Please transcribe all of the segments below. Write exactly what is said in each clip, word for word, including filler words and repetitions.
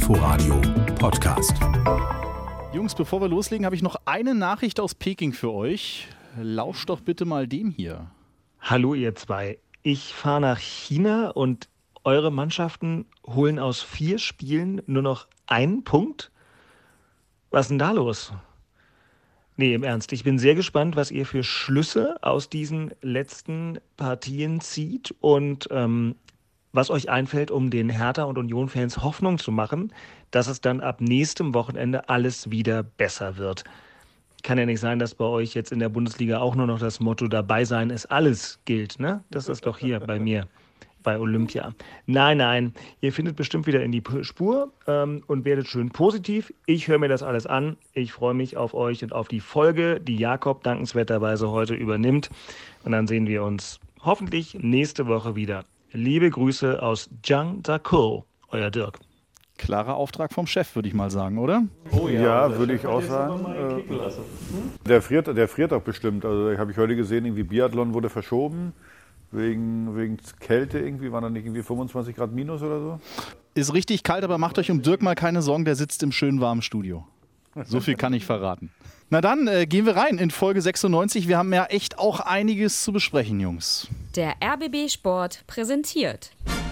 Inforadio Podcast. Jungs, bevor wir loslegen, habe ich noch eine Nachricht aus Peking für euch. Lauscht doch bitte mal dem hier. Hallo ihr zwei. Ich fahre nach China und eure Mannschaften holen aus vier Spielen nur noch einen Punkt? Was ist denn da los? Nee, im Ernst, ich bin sehr gespannt, was ihr für Schlüsse aus diesen letzten Partien zieht und ähm, was euch einfällt, um den Hertha- und Union-Fans Hoffnung zu machen, dass es dann ab nächstem Wochenende alles wieder besser wird. Kann ja nicht sein, dass bei euch jetzt in der Bundesliga auch nur noch das Motto dabei sein ist alles gilt, ne? Das ist doch hier bei mir bei Olympia. Nein, nein, ihr findet bestimmt wieder in die Spur ähm, und werdet schön positiv. Ich höre mir das alles an. Ich freue mich auf euch und auf die Folge, die Jakob dankenswerterweise heute übernimmt. Und dann sehen wir uns hoffentlich nächste Woche wieder. Liebe Grüße aus Jiangsu, euer Dirk. Klarer Auftrag vom Chef, würde ich mal sagen, oder? Oh ja, ja würde ich auch sagen. Äh, der, friert, der friert auch bestimmt. Also habe ich heute gesehen, irgendwie Biathlon wurde verschoben. Wegen, wegen Kälte irgendwie, waren da nicht irgendwie fünfundzwanzig Grad minus oder so? Ist richtig kalt, aber macht euch um Dirk mal keine Sorgen, der sitzt im schönen warmen Studio. So viel kann ich verraten. Na dann, äh, gehen wir rein in Folge sechsundneunzig. Wir haben ja echt auch einiges zu besprechen, Jungs. Der R B B Sport präsentiert.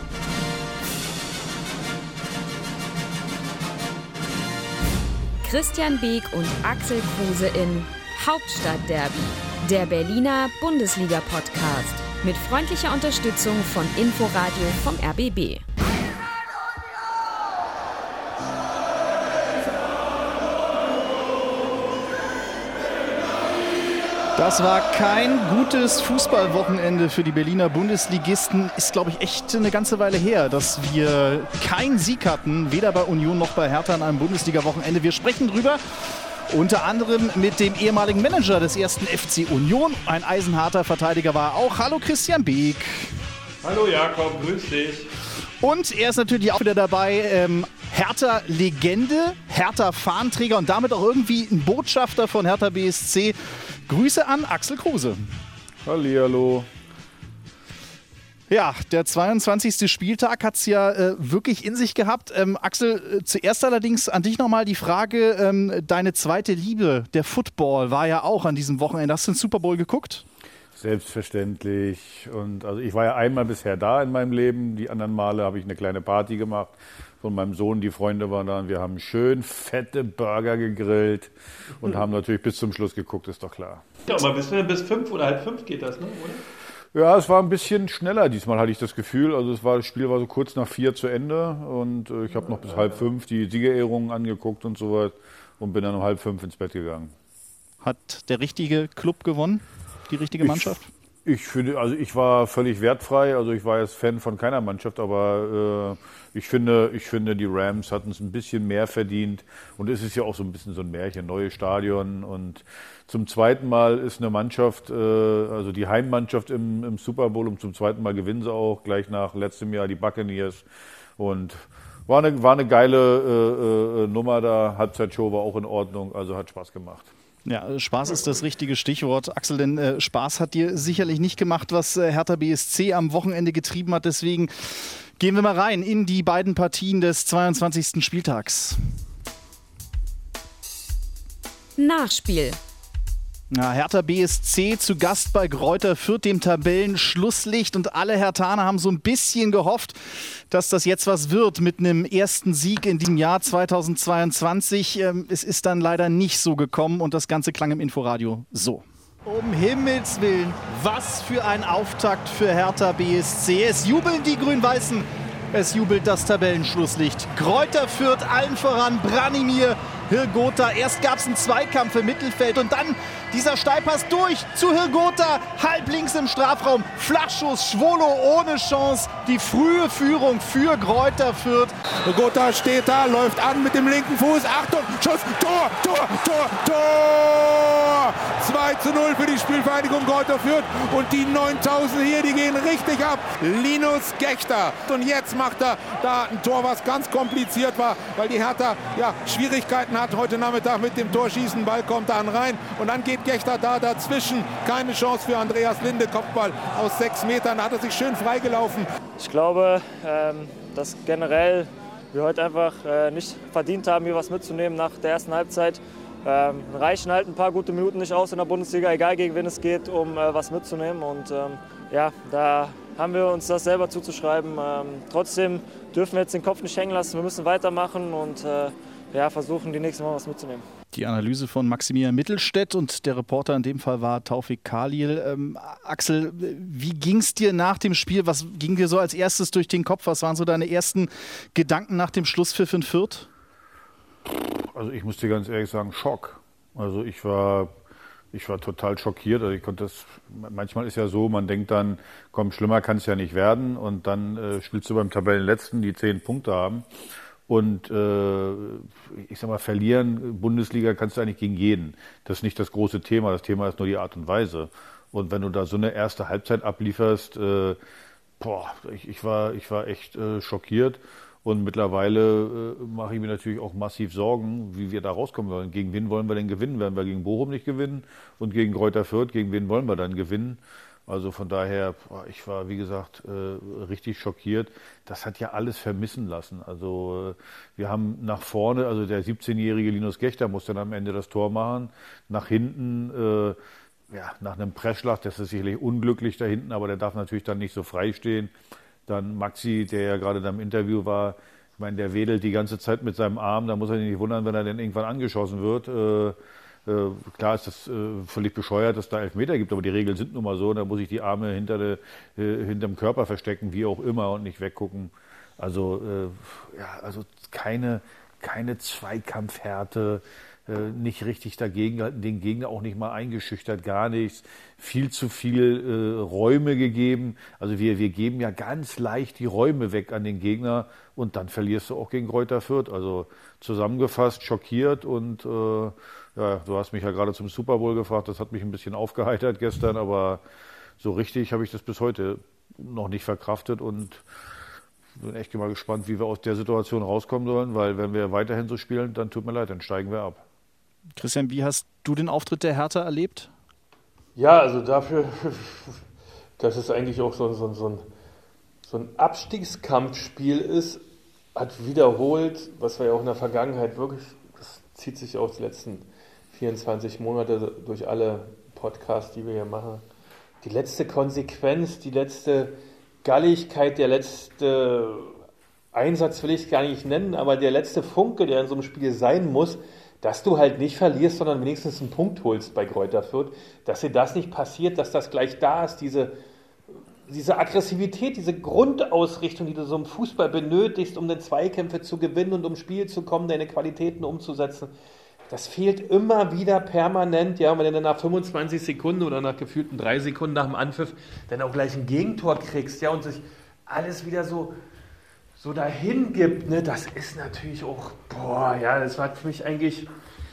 Christian Beek und Axel Kruse in Hauptstadtderby, der Berliner Bundesliga-Podcast. Mit freundlicher Unterstützung von Inforadio vom R B B. Das war kein gutes Fußballwochenende für die Berliner Bundesligisten. Ist, glaube ich, echt eine ganze Weile her, dass wir keinen Sieg hatten, weder bei Union noch bei Hertha an einem Bundesliga-Wochenende. Wir sprechen drüber. Unter anderem mit dem ehemaligen Manager des ersten F C Union. Ein eisenharter Verteidiger war er auch. Hallo Christian Beek. Hallo Jakob, grüß dich. Und er ist natürlich auch wieder dabei, ähm, Hertha-Legende, Hertha-Fahnenträger und damit auch irgendwie ein Botschafter von Hertha B S C. Grüße an Axel Kruse. Hallihallo. Ja, der zweiundzwanzigste Spieltag hat es ja äh, wirklich in sich gehabt. Ähm, Axel, äh, zuerst allerdings an dich nochmal die Frage, ähm, deine zweite Liebe, der Football, war ja auch an diesem Wochenende. Hast du den Super Bowl geguckt? Selbstverständlich. Und also ich war ja einmal bisher da in meinem Leben. Die anderen Male habe ich eine kleine Party gemacht von meinem Sohn. Die Freunde waren da und wir haben schön fette Burger gegrillt und haben natürlich bis zum Schluss geguckt, ist doch klar. Ja, aber bis, bis fünf oder halb fünf geht das, ne? Oder? Ja, es war ein bisschen schneller diesmal, hatte ich das Gefühl. Also es war, das Spiel war so kurz nach vier zu Ende und äh, ich habe noch bis halb fünf die Siegerehrungen angeguckt und so weiter und bin dann um halb fünf ins Bett gegangen. Hat der richtige Club gewonnen? Die richtige Mannschaft? Ich, ich finde, also ich war völlig wertfrei. Also ich war jetzt Fan von keiner Mannschaft, aber äh, ich finde, ich finde, die Rams hatten es ein bisschen mehr verdient und es ist ja auch so ein bisschen so ein Märchen, neues Stadion und zum zweiten Mal ist eine Mannschaft, äh, also die Heimmannschaft im, im Super Bowl und zum zweiten Mal gewinnen sie auch, gleich nach letztem Jahr die Buccaneers und war eine, war eine geile äh, äh, Nummer da, Halbzeitshow war auch in Ordnung, also hat Spaß gemacht. Ja, Spaß ist das richtige Stichwort. Axel, denn äh, Spaß hat dir sicherlich nicht gemacht, was äh, Hertha B S C am Wochenende getrieben hat. Deswegen gehen wir mal rein in die beiden Partien des zweiundzwanzigsten Spieltags. Nachspiel. Ja, Hertha B S C zu Gast bei Greuther Fürth, dem Tabellenschlusslicht. Und alle Herthaner haben so ein bisschen gehofft, dass das jetzt was wird mit einem ersten Sieg in diesem Jahr zweitausendzweiundzwanzig. Ähm, es ist dann leider nicht so gekommen und das Ganze klang im Inforadio so. Um Himmels Willen, was für ein Auftakt für Hertha B S C. Es jubeln die Grün-Weißen, es jubelt das Tabellenschlusslicht. Greuther Fürth, allen voran Branimir Hrgota. Erst gab es einen Zweikampf im Mittelfeld und dann dieser Steilpass durch zu Hrgota, halb links im Strafraum. Flachschuss, Schwolo ohne Chance. Die frühe Führung für Greuther Fürth. Hrgota steht da, läuft an mit dem linken Fuß. Achtung, Schuss, Tor, Tor, Tor, Tor! zwei zu null für die Spielvereinigung Greuther Fürth. Und die neuntausend hier, die gehen richtig ab. Linus Gächter. Und jetzt macht er da ein Tor, was ganz kompliziert war, weil die Hertha ja, Schwierigkeiten hat heute Nachmittag mit dem Torschießen. Ball kommt dann rein und dann geht Gächter da dazwischen. Keine Chance für Andreas Linde. Kopfball aus sechs Metern. Da hat er sich schön freigelaufen. Ich glaube, ähm, dass generell wir heute einfach äh, nicht verdient haben, hier was mitzunehmen nach der ersten Halbzeit. Ähm, reichen halt ein paar gute Minuten nicht aus in der Bundesliga, egal gegen wen es geht, um äh, was mitzunehmen. Und ähm, ja, da haben wir uns das selber zuzuschreiben. Ähm, trotzdem dürfen wir jetzt den Kopf nicht hängen lassen. Wir müssen weitermachen und äh, ja, versuchen, die nächste Mal was mitzunehmen. Die Analyse von Maximilian Mittelstädt und der Reporter in dem Fall war Taufik Khalil. Ähm, Axel, wie ging es dir nach dem Spiel? Was ging dir so als erstes durch den Kopf? Was waren so deine ersten Gedanken nach dem Schlusspfiff in Fürth? Also ich muss dir ganz ehrlich sagen, Schock. Also ich war, ich war total schockiert. Also ich konnte das, manchmal ist ja so, man denkt dann, komm, schlimmer kann es ja nicht werden. Und dann äh, spielst du beim Tabellenletzten, die zehn Punkte haben. Und äh, ich sag mal, verlieren, Bundesliga kannst du eigentlich gegen jeden. Das ist nicht das große Thema, das Thema ist nur die Art und Weise. Und wenn du da so eine erste Halbzeit ablieferst, äh, boah, ich, ich, war, ich war echt äh, schockiert. Und mittlerweile äh, mache ich mir natürlich auch massiv Sorgen, wie wir da rauskommen wollen. Gegen wen wollen wir denn gewinnen? Werden wir gegen Bochum nicht gewinnen? Und gegen Greuther Fürth, gegen wen wollen wir dann gewinnen? Also von daher, ich war, wie gesagt, äh, richtig schockiert. Das hat ja alles vermissen lassen. Also äh, wir haben nach vorne, also der siebzehnjährige Linus Gächter musste dann am Ende das Tor machen. Nach hinten, äh, ja, nach einem Pressschlag, das ist sicherlich unglücklich da hinten, aber der darf natürlich dann nicht so frei stehen. Dann Maxi, der ja gerade da im Interview war, ich meine, der wedelt die ganze Zeit mit seinem Arm, da muss er sich nicht wundern, wenn er dann irgendwann angeschossen wird. Äh, Äh, klar ist das äh, völlig bescheuert, dass es da Elfmeter gibt, aber die Regeln sind nun mal so, da muss ich die Arme hinter de, äh, hinterm Körper verstecken, wie auch immer, und nicht weggucken. Also, äh, ja, also keine, keine Zweikampfhärte, äh, nicht richtig dagegen gehalten, den Gegner auch nicht mal eingeschüchtert, gar nichts. Viel zu viel äh, Räume gegeben. Also wir, wir geben ja ganz leicht die Räume weg an den Gegner und dann verlierst du auch gegen Greuther Fürth. Also zusammengefasst, schockiert und äh, ja, du hast mich ja gerade zum Super Bowl gefragt, das hat mich ein bisschen aufgeheitert gestern, aber so richtig habe ich das bis heute noch nicht verkraftet und bin echt mal gespannt, wie wir aus der Situation rauskommen sollen, weil wenn wir weiterhin so spielen, dann tut mir leid, dann steigen wir ab. Christian, wie hast du den Auftritt der Hertha erlebt? Ja, also dafür, dass es eigentlich auch so, so, so, ein, so ein Abstiegskampfspiel ist, hat wiederholt, was wir ja auch in der Vergangenheit wirklich, das zieht sich auch die letzten vierundzwanzig Monate durch alle Podcasts, die wir hier machen. Die letzte Konsequenz, die letzte Galligkeit, der letzte Einsatz will ich gar nicht nennen, aber der letzte Funke, der in so einem Spiel sein muss, dass du halt nicht verlierst, sondern wenigstens einen Punkt holst bei Greuther Fürth, dass dir das nicht passiert, dass das gleich da ist, diese, diese Aggressivität, diese Grundausrichtung, die du so im Fußball benötigst, um den Zweikämpfe zu gewinnen und um Spiel zu kommen, deine Qualitäten umzusetzen. Das fehlt immer wieder permanent, ja, wenn du dann nach fünfundzwanzig Sekunden oder nach gefühlten drei Sekunden nach dem Anpfiff dann auch gleich ein Gegentor kriegst, ja, und sich alles wieder so, so dahin gibt, ne, das ist natürlich auch, boah, ja, das war für mich eigentlich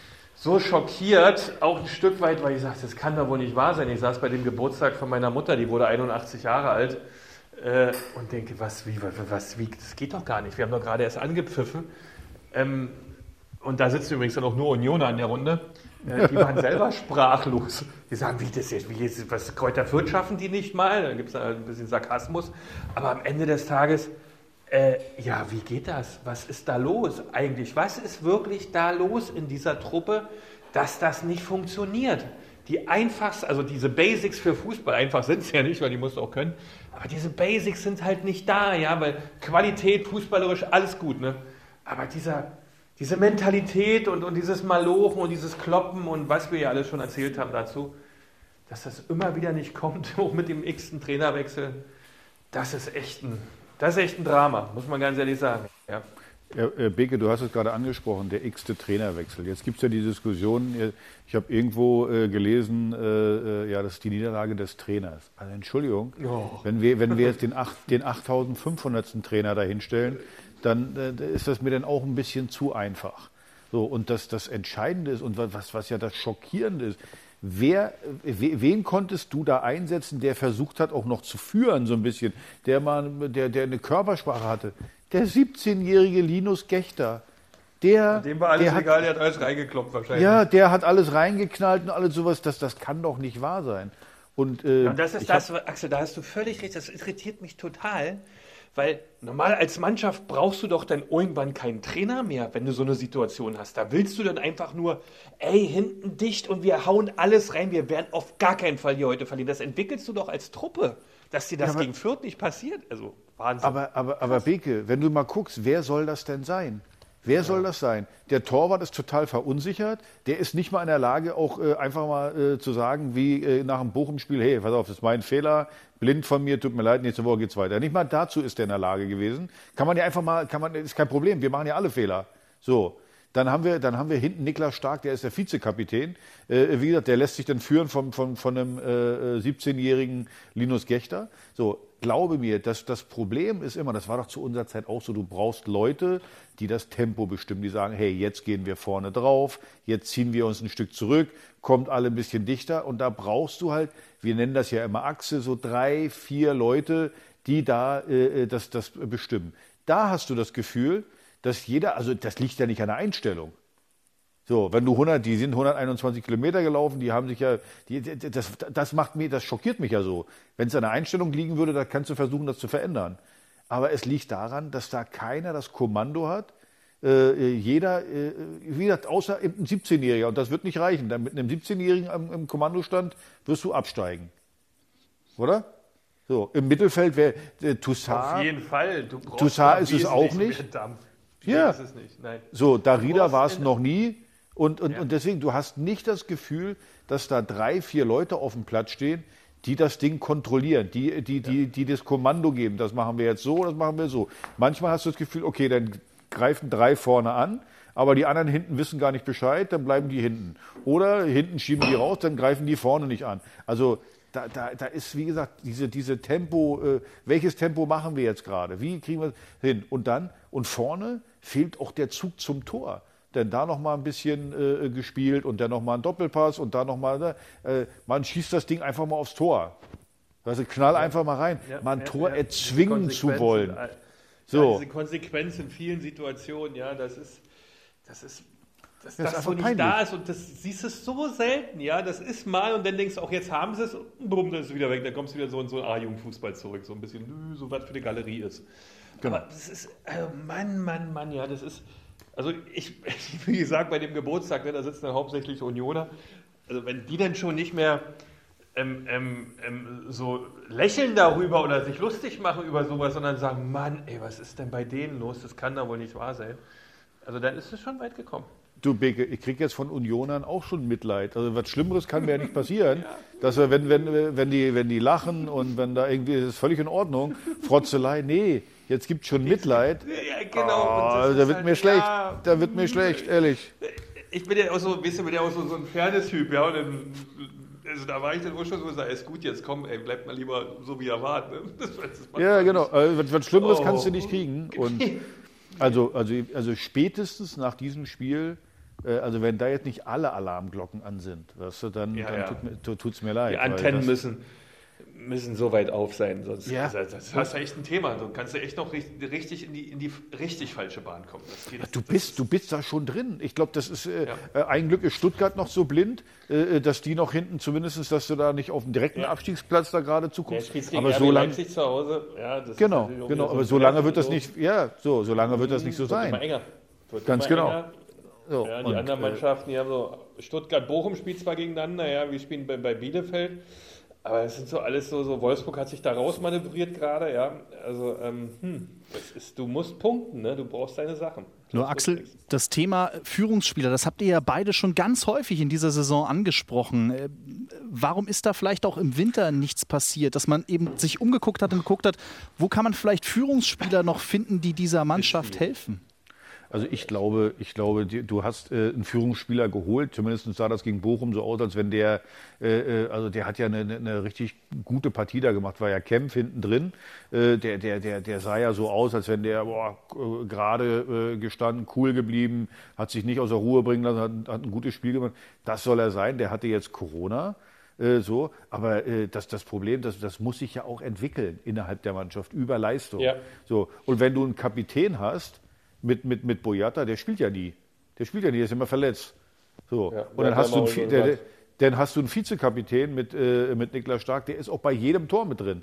so schockiert, auch ein Stück weit, weil ich sagte, das kann doch wohl nicht wahr sein. Ich saß bei dem Geburtstag von meiner Mutter, die wurde einundachtzig Jahre alt, äh, und denke, was, wie, was, wie, das geht doch gar nicht, wir haben doch gerade erst angepfiffen, ähm, und da sitzen übrigens dann auch nur Unioner in der Runde. Äh, die waren selber sprachlos. Die sagen, wie das jetzt, wie jetzt, was Greuther Fürth schaffen die nicht mal? Dann gibt es ein bisschen Sarkasmus. Aber am Ende des Tages, äh, ja, wie geht das? Was ist da los eigentlich? Was ist wirklich da los in dieser Truppe, dass das nicht funktioniert? Die einfachsten, also diese Basics für Fußball, einfach sind es ja nicht, weil die musst du auch können. Aber diese Basics sind halt nicht da, ja, weil Qualität, fußballerisch, alles gut, ne? Aber dieser Diese Mentalität und, und dieses Malochen und dieses Kloppen und was wir ja alles schon erzählt haben dazu, dass das immer wieder nicht kommt, auch mit dem x-ten Trainerwechsel, das ist echt ein, das ist echt ein Drama, muss man ganz ehrlich sagen. Ja. Ja, Beke, du hast es gerade angesprochen, der x-te Trainerwechsel. Jetzt gibt es ja die Diskussion, ich habe irgendwo äh, gelesen, äh, ja, das ist die Niederlage des Trainers. Also Entschuldigung, oh. wenn, wir, wenn wir jetzt den, den achttausendfünfhundertsten Trainer dahinstellen, dann äh, ist das mir dann auch ein bisschen zu einfach. So, und das, das Entscheidende ist und was, was ja das Schockierende ist, wer, wen konntest du da einsetzen, der versucht hat, auch noch zu führen so ein bisschen, der, mal, der, der eine Körpersprache hatte? Der siebzehnjährige Linus Gächter. Der, Dem war alles der egal, hat, der hat alles reingeklopft wahrscheinlich. Ja, der hat alles reingeknallt und alles sowas. Das, das kann doch nicht wahr sein. Und, äh, ja, und das ist das, hab, Axel, da hast du völlig recht, das irritiert mich total, weil normal als Mannschaft brauchst du doch dann irgendwann keinen Trainer mehr, wenn du so eine Situation hast. Da willst du dann einfach nur, ey, hinten dicht und wir hauen alles rein, wir werden auf gar keinen Fall hier heute verlieren. Das entwickelst du doch als Truppe, dass dir das Ja, gegen Fürth nicht passiert. Also Wahnsinn. Aber, aber, aber Beke, wenn du mal guckst, wer soll das denn sein? Wer soll das sein? Der Torwart ist total verunsichert. Der ist nicht mal in der Lage, auch äh, einfach mal äh, zu sagen, wie äh, nach dem Bochum-Spiel, hey, pass auf, das ist mein Fehler, blind von mir, tut mir leid, nächste Woche geht's weiter. Nicht mal dazu ist er in der Lage gewesen. Kann man ja einfach mal, kann man, ist kein Problem, wir machen ja alle Fehler. So. Dann haben wir, dann haben wir hinten Niklas Stark, der ist der Vizekapitän. Äh, wie gesagt, der lässt sich dann führen von, von, von einem äh, siebzehnjährigen Linus Gächter. So, glaube mir, das, das Problem ist immer, das war doch zu unserer Zeit auch so, du brauchst Leute, die das Tempo bestimmen, die sagen, hey, jetzt gehen wir vorne drauf, jetzt ziehen wir uns ein Stück zurück, kommt alle ein bisschen dichter und da brauchst du halt, wir nennen das ja immer Achse, so drei, vier Leute, die da äh, das, das bestimmen. Da hast du das Gefühl, dass jeder, also das liegt ja nicht an der Einstellung. So, wenn du hundert, die sind hunderteinundzwanzig Kilometer gelaufen, die haben sich ja, die, das, das macht mir, das schockiert mich ja so. Wenn es an der Einstellung liegen würde, dann kannst du versuchen, das zu verändern. Aber es liegt daran, dass da keiner das Kommando hat. Äh, jeder, äh, wie gesagt, außer ein siebzehnjähriger, und das wird nicht reichen. Dann mit einem siebzehnjährigen im, im Kommandostand wirst du absteigen. Oder? So, im Mittelfeld wäre äh, Toussaint. Auf jeden Fall. Du brauchst Toussaint ist es auch nicht. Ja. Ist es nicht. Nein. So, Darida war es in- noch nie. Und, und, Ja. und deswegen, du hast nicht das Gefühl, dass da drei, vier Leute auf dem Platz stehen, die das Ding kontrollieren, die, die, die, die das Kommando geben. Das machen wir jetzt so, das machen wir so. Manchmal hast du das Gefühl, okay, dann greifen drei vorne an, aber die anderen hinten wissen gar nicht Bescheid, dann bleiben die hinten. Oder hinten schieben die raus, dann greifen die vorne nicht an. Also da, da, da ist, wie gesagt, diese, diese Tempo, äh, welches Tempo machen wir jetzt gerade? Wie kriegen wir es hin? Und dann, und vorne fehlt auch der Zug zum Tor. Denn da noch mal ein bisschen äh, gespielt und dann noch mal ein Doppelpass und da noch mal, äh, man schießt das Ding einfach mal aufs Tor. Also knall einfach mal rein, Ja, mal ein ja, Tor ja. erzwingen Diese zu Konsequenz- wollen. Ja, So. diese Konsequenz in vielen Situationen, ja, das ist, das ist, dass Das ist das so einfach nicht peinlich. da ist und das siehst du so selten, ja, das ist mal und dann denkst du auch, jetzt haben sie es und bumm, dann ist es wieder weg, dann kommst du wieder so in so einen A-Jugendfußball zurück, so ein bisschen, nö, so was für eine Galerie ist. Genau. Aber das ist, also Mann, Mann, Mann, ja, das ist, also ich, wie gesagt, bei dem Geburtstag, ne, da sitzen dann hauptsächlich Unioner, also wenn die dann schon nicht mehr ähm, ähm, ähm, so lächeln darüber oder sich lustig machen über sowas, sondern sagen, Mann, ey, was ist denn bei denen los? Das kann da wohl nicht wahr sein. Also dann ist es schon weit gekommen. Du, Beke, ich kriege jetzt von Unionern auch schon Mitleid. Also was Schlimmeres kann mir ja nicht passieren. Dass wir, wenn, wenn, wenn, die, wenn die lachen und wenn da irgendwie, das ist völlig in Ordnung. Frotzelei, nee, jetzt gibt es schon Mitleid. Ja, genau. Oh, Und das da ist wird halt, mir schlecht, ja, da wird mir schlecht, ehrlich. Ich bin ja auch so, weißt du, bin ja auch so, so ein Fairness-Typ, ja, und dann, also da war ich dann auch schon so, gesagt, ist gut, jetzt komm, ey, bleib mal lieber so wie er war. Ne? Das, das macht Ja, man genau. nicht. Also, was, was Schlimmeres Oh. kannst du nicht kriegen. Und also, also, also spätestens nach diesem Spiel, äh, also wenn da jetzt nicht alle Alarmglocken an sind, weißt du, dann, Ja, dann ja. tut mir, tut's mir leid. Die weil Antennen das- müssen, müssen so weit auf sein, sonst Ja. das, das hast du echt ein Thema. Du kannst ja echt noch richtig, richtig in, die, in die richtig falsche Bahn kommen. Das geht, Du das bist, ist- du bist da schon drin. Ich glaube, das ist äh, Ja. äh, ein Glück ist Stuttgart noch so blind, äh, dass die noch hinten zumindest, dass du da nicht auf dem direkten Ja. Abstiegsplatz da gerade Ja, zuguckst. spielst gegen aber R B so lange, Leipzig zu Hause. Ja, das ist genau, natürlich auch genau. wieder Aber so so lange ein wird das so. nicht, ja, so, so lange wird das nicht so Wird immer sein. enger. Wird Ganz immer genau. enger. So, Ja, die und, anderen äh, Mannschaften, die haben so, Stuttgart-Bochum spielt zwar gegeneinander, ja, wir spielen bei, bei Bielefeld, aber es sind so alles so, so, Wolfsburg hat sich da rausmanövriert gerade, ja, also, ähm, hm, das ist, du musst punkten, ne, du brauchst deine Sachen. Nur Sonst Axel, wird's nichts. das Thema Führungsspieler, das habt ihr ja beide schon ganz häufig in dieser Saison angesprochen. Äh, Warum ist da vielleicht auch im Winter nichts passiert, dass man eben sich umgeguckt hat und geguckt hat, wo kann man vielleicht Führungsspieler noch finden, die dieser Mannschaft helfen? Also ich glaube, ich glaube, die- du hast äh, einen Führungsspieler geholt. Zumindest sah das gegen Bochum so aus, als wenn der, äh, äh, also der hat ja eine, eine- eine richtig gute Partie da gemacht. War ja Kempf hinten drin. Äh, der, der, der, der sah ja so aus, als wenn der boah, äh, gerade äh, gestanden, cool geblieben, hat sich nicht aus der Ruhe bringen lassen, hat, hat ein gutes Spiel gemacht. Das soll er sein. Der hatte jetzt Corona. Äh, so, aber äh, das, das Problem, das, das muss sich ja auch entwickeln innerhalb der Mannschaft über Leistung. Ja. So, und wenn du einen Kapitän hast, mit, mit, mit Boyata, der spielt ja nie. Der spielt ja nie, der ist immer verletzt. So. Ja, und dann ja, hast, du einen, Maul Vi- und der, was. dann hast du einen Vizekapitän mit, äh, mit Niklas Stark, der ist auch bei jedem Tor mit drin.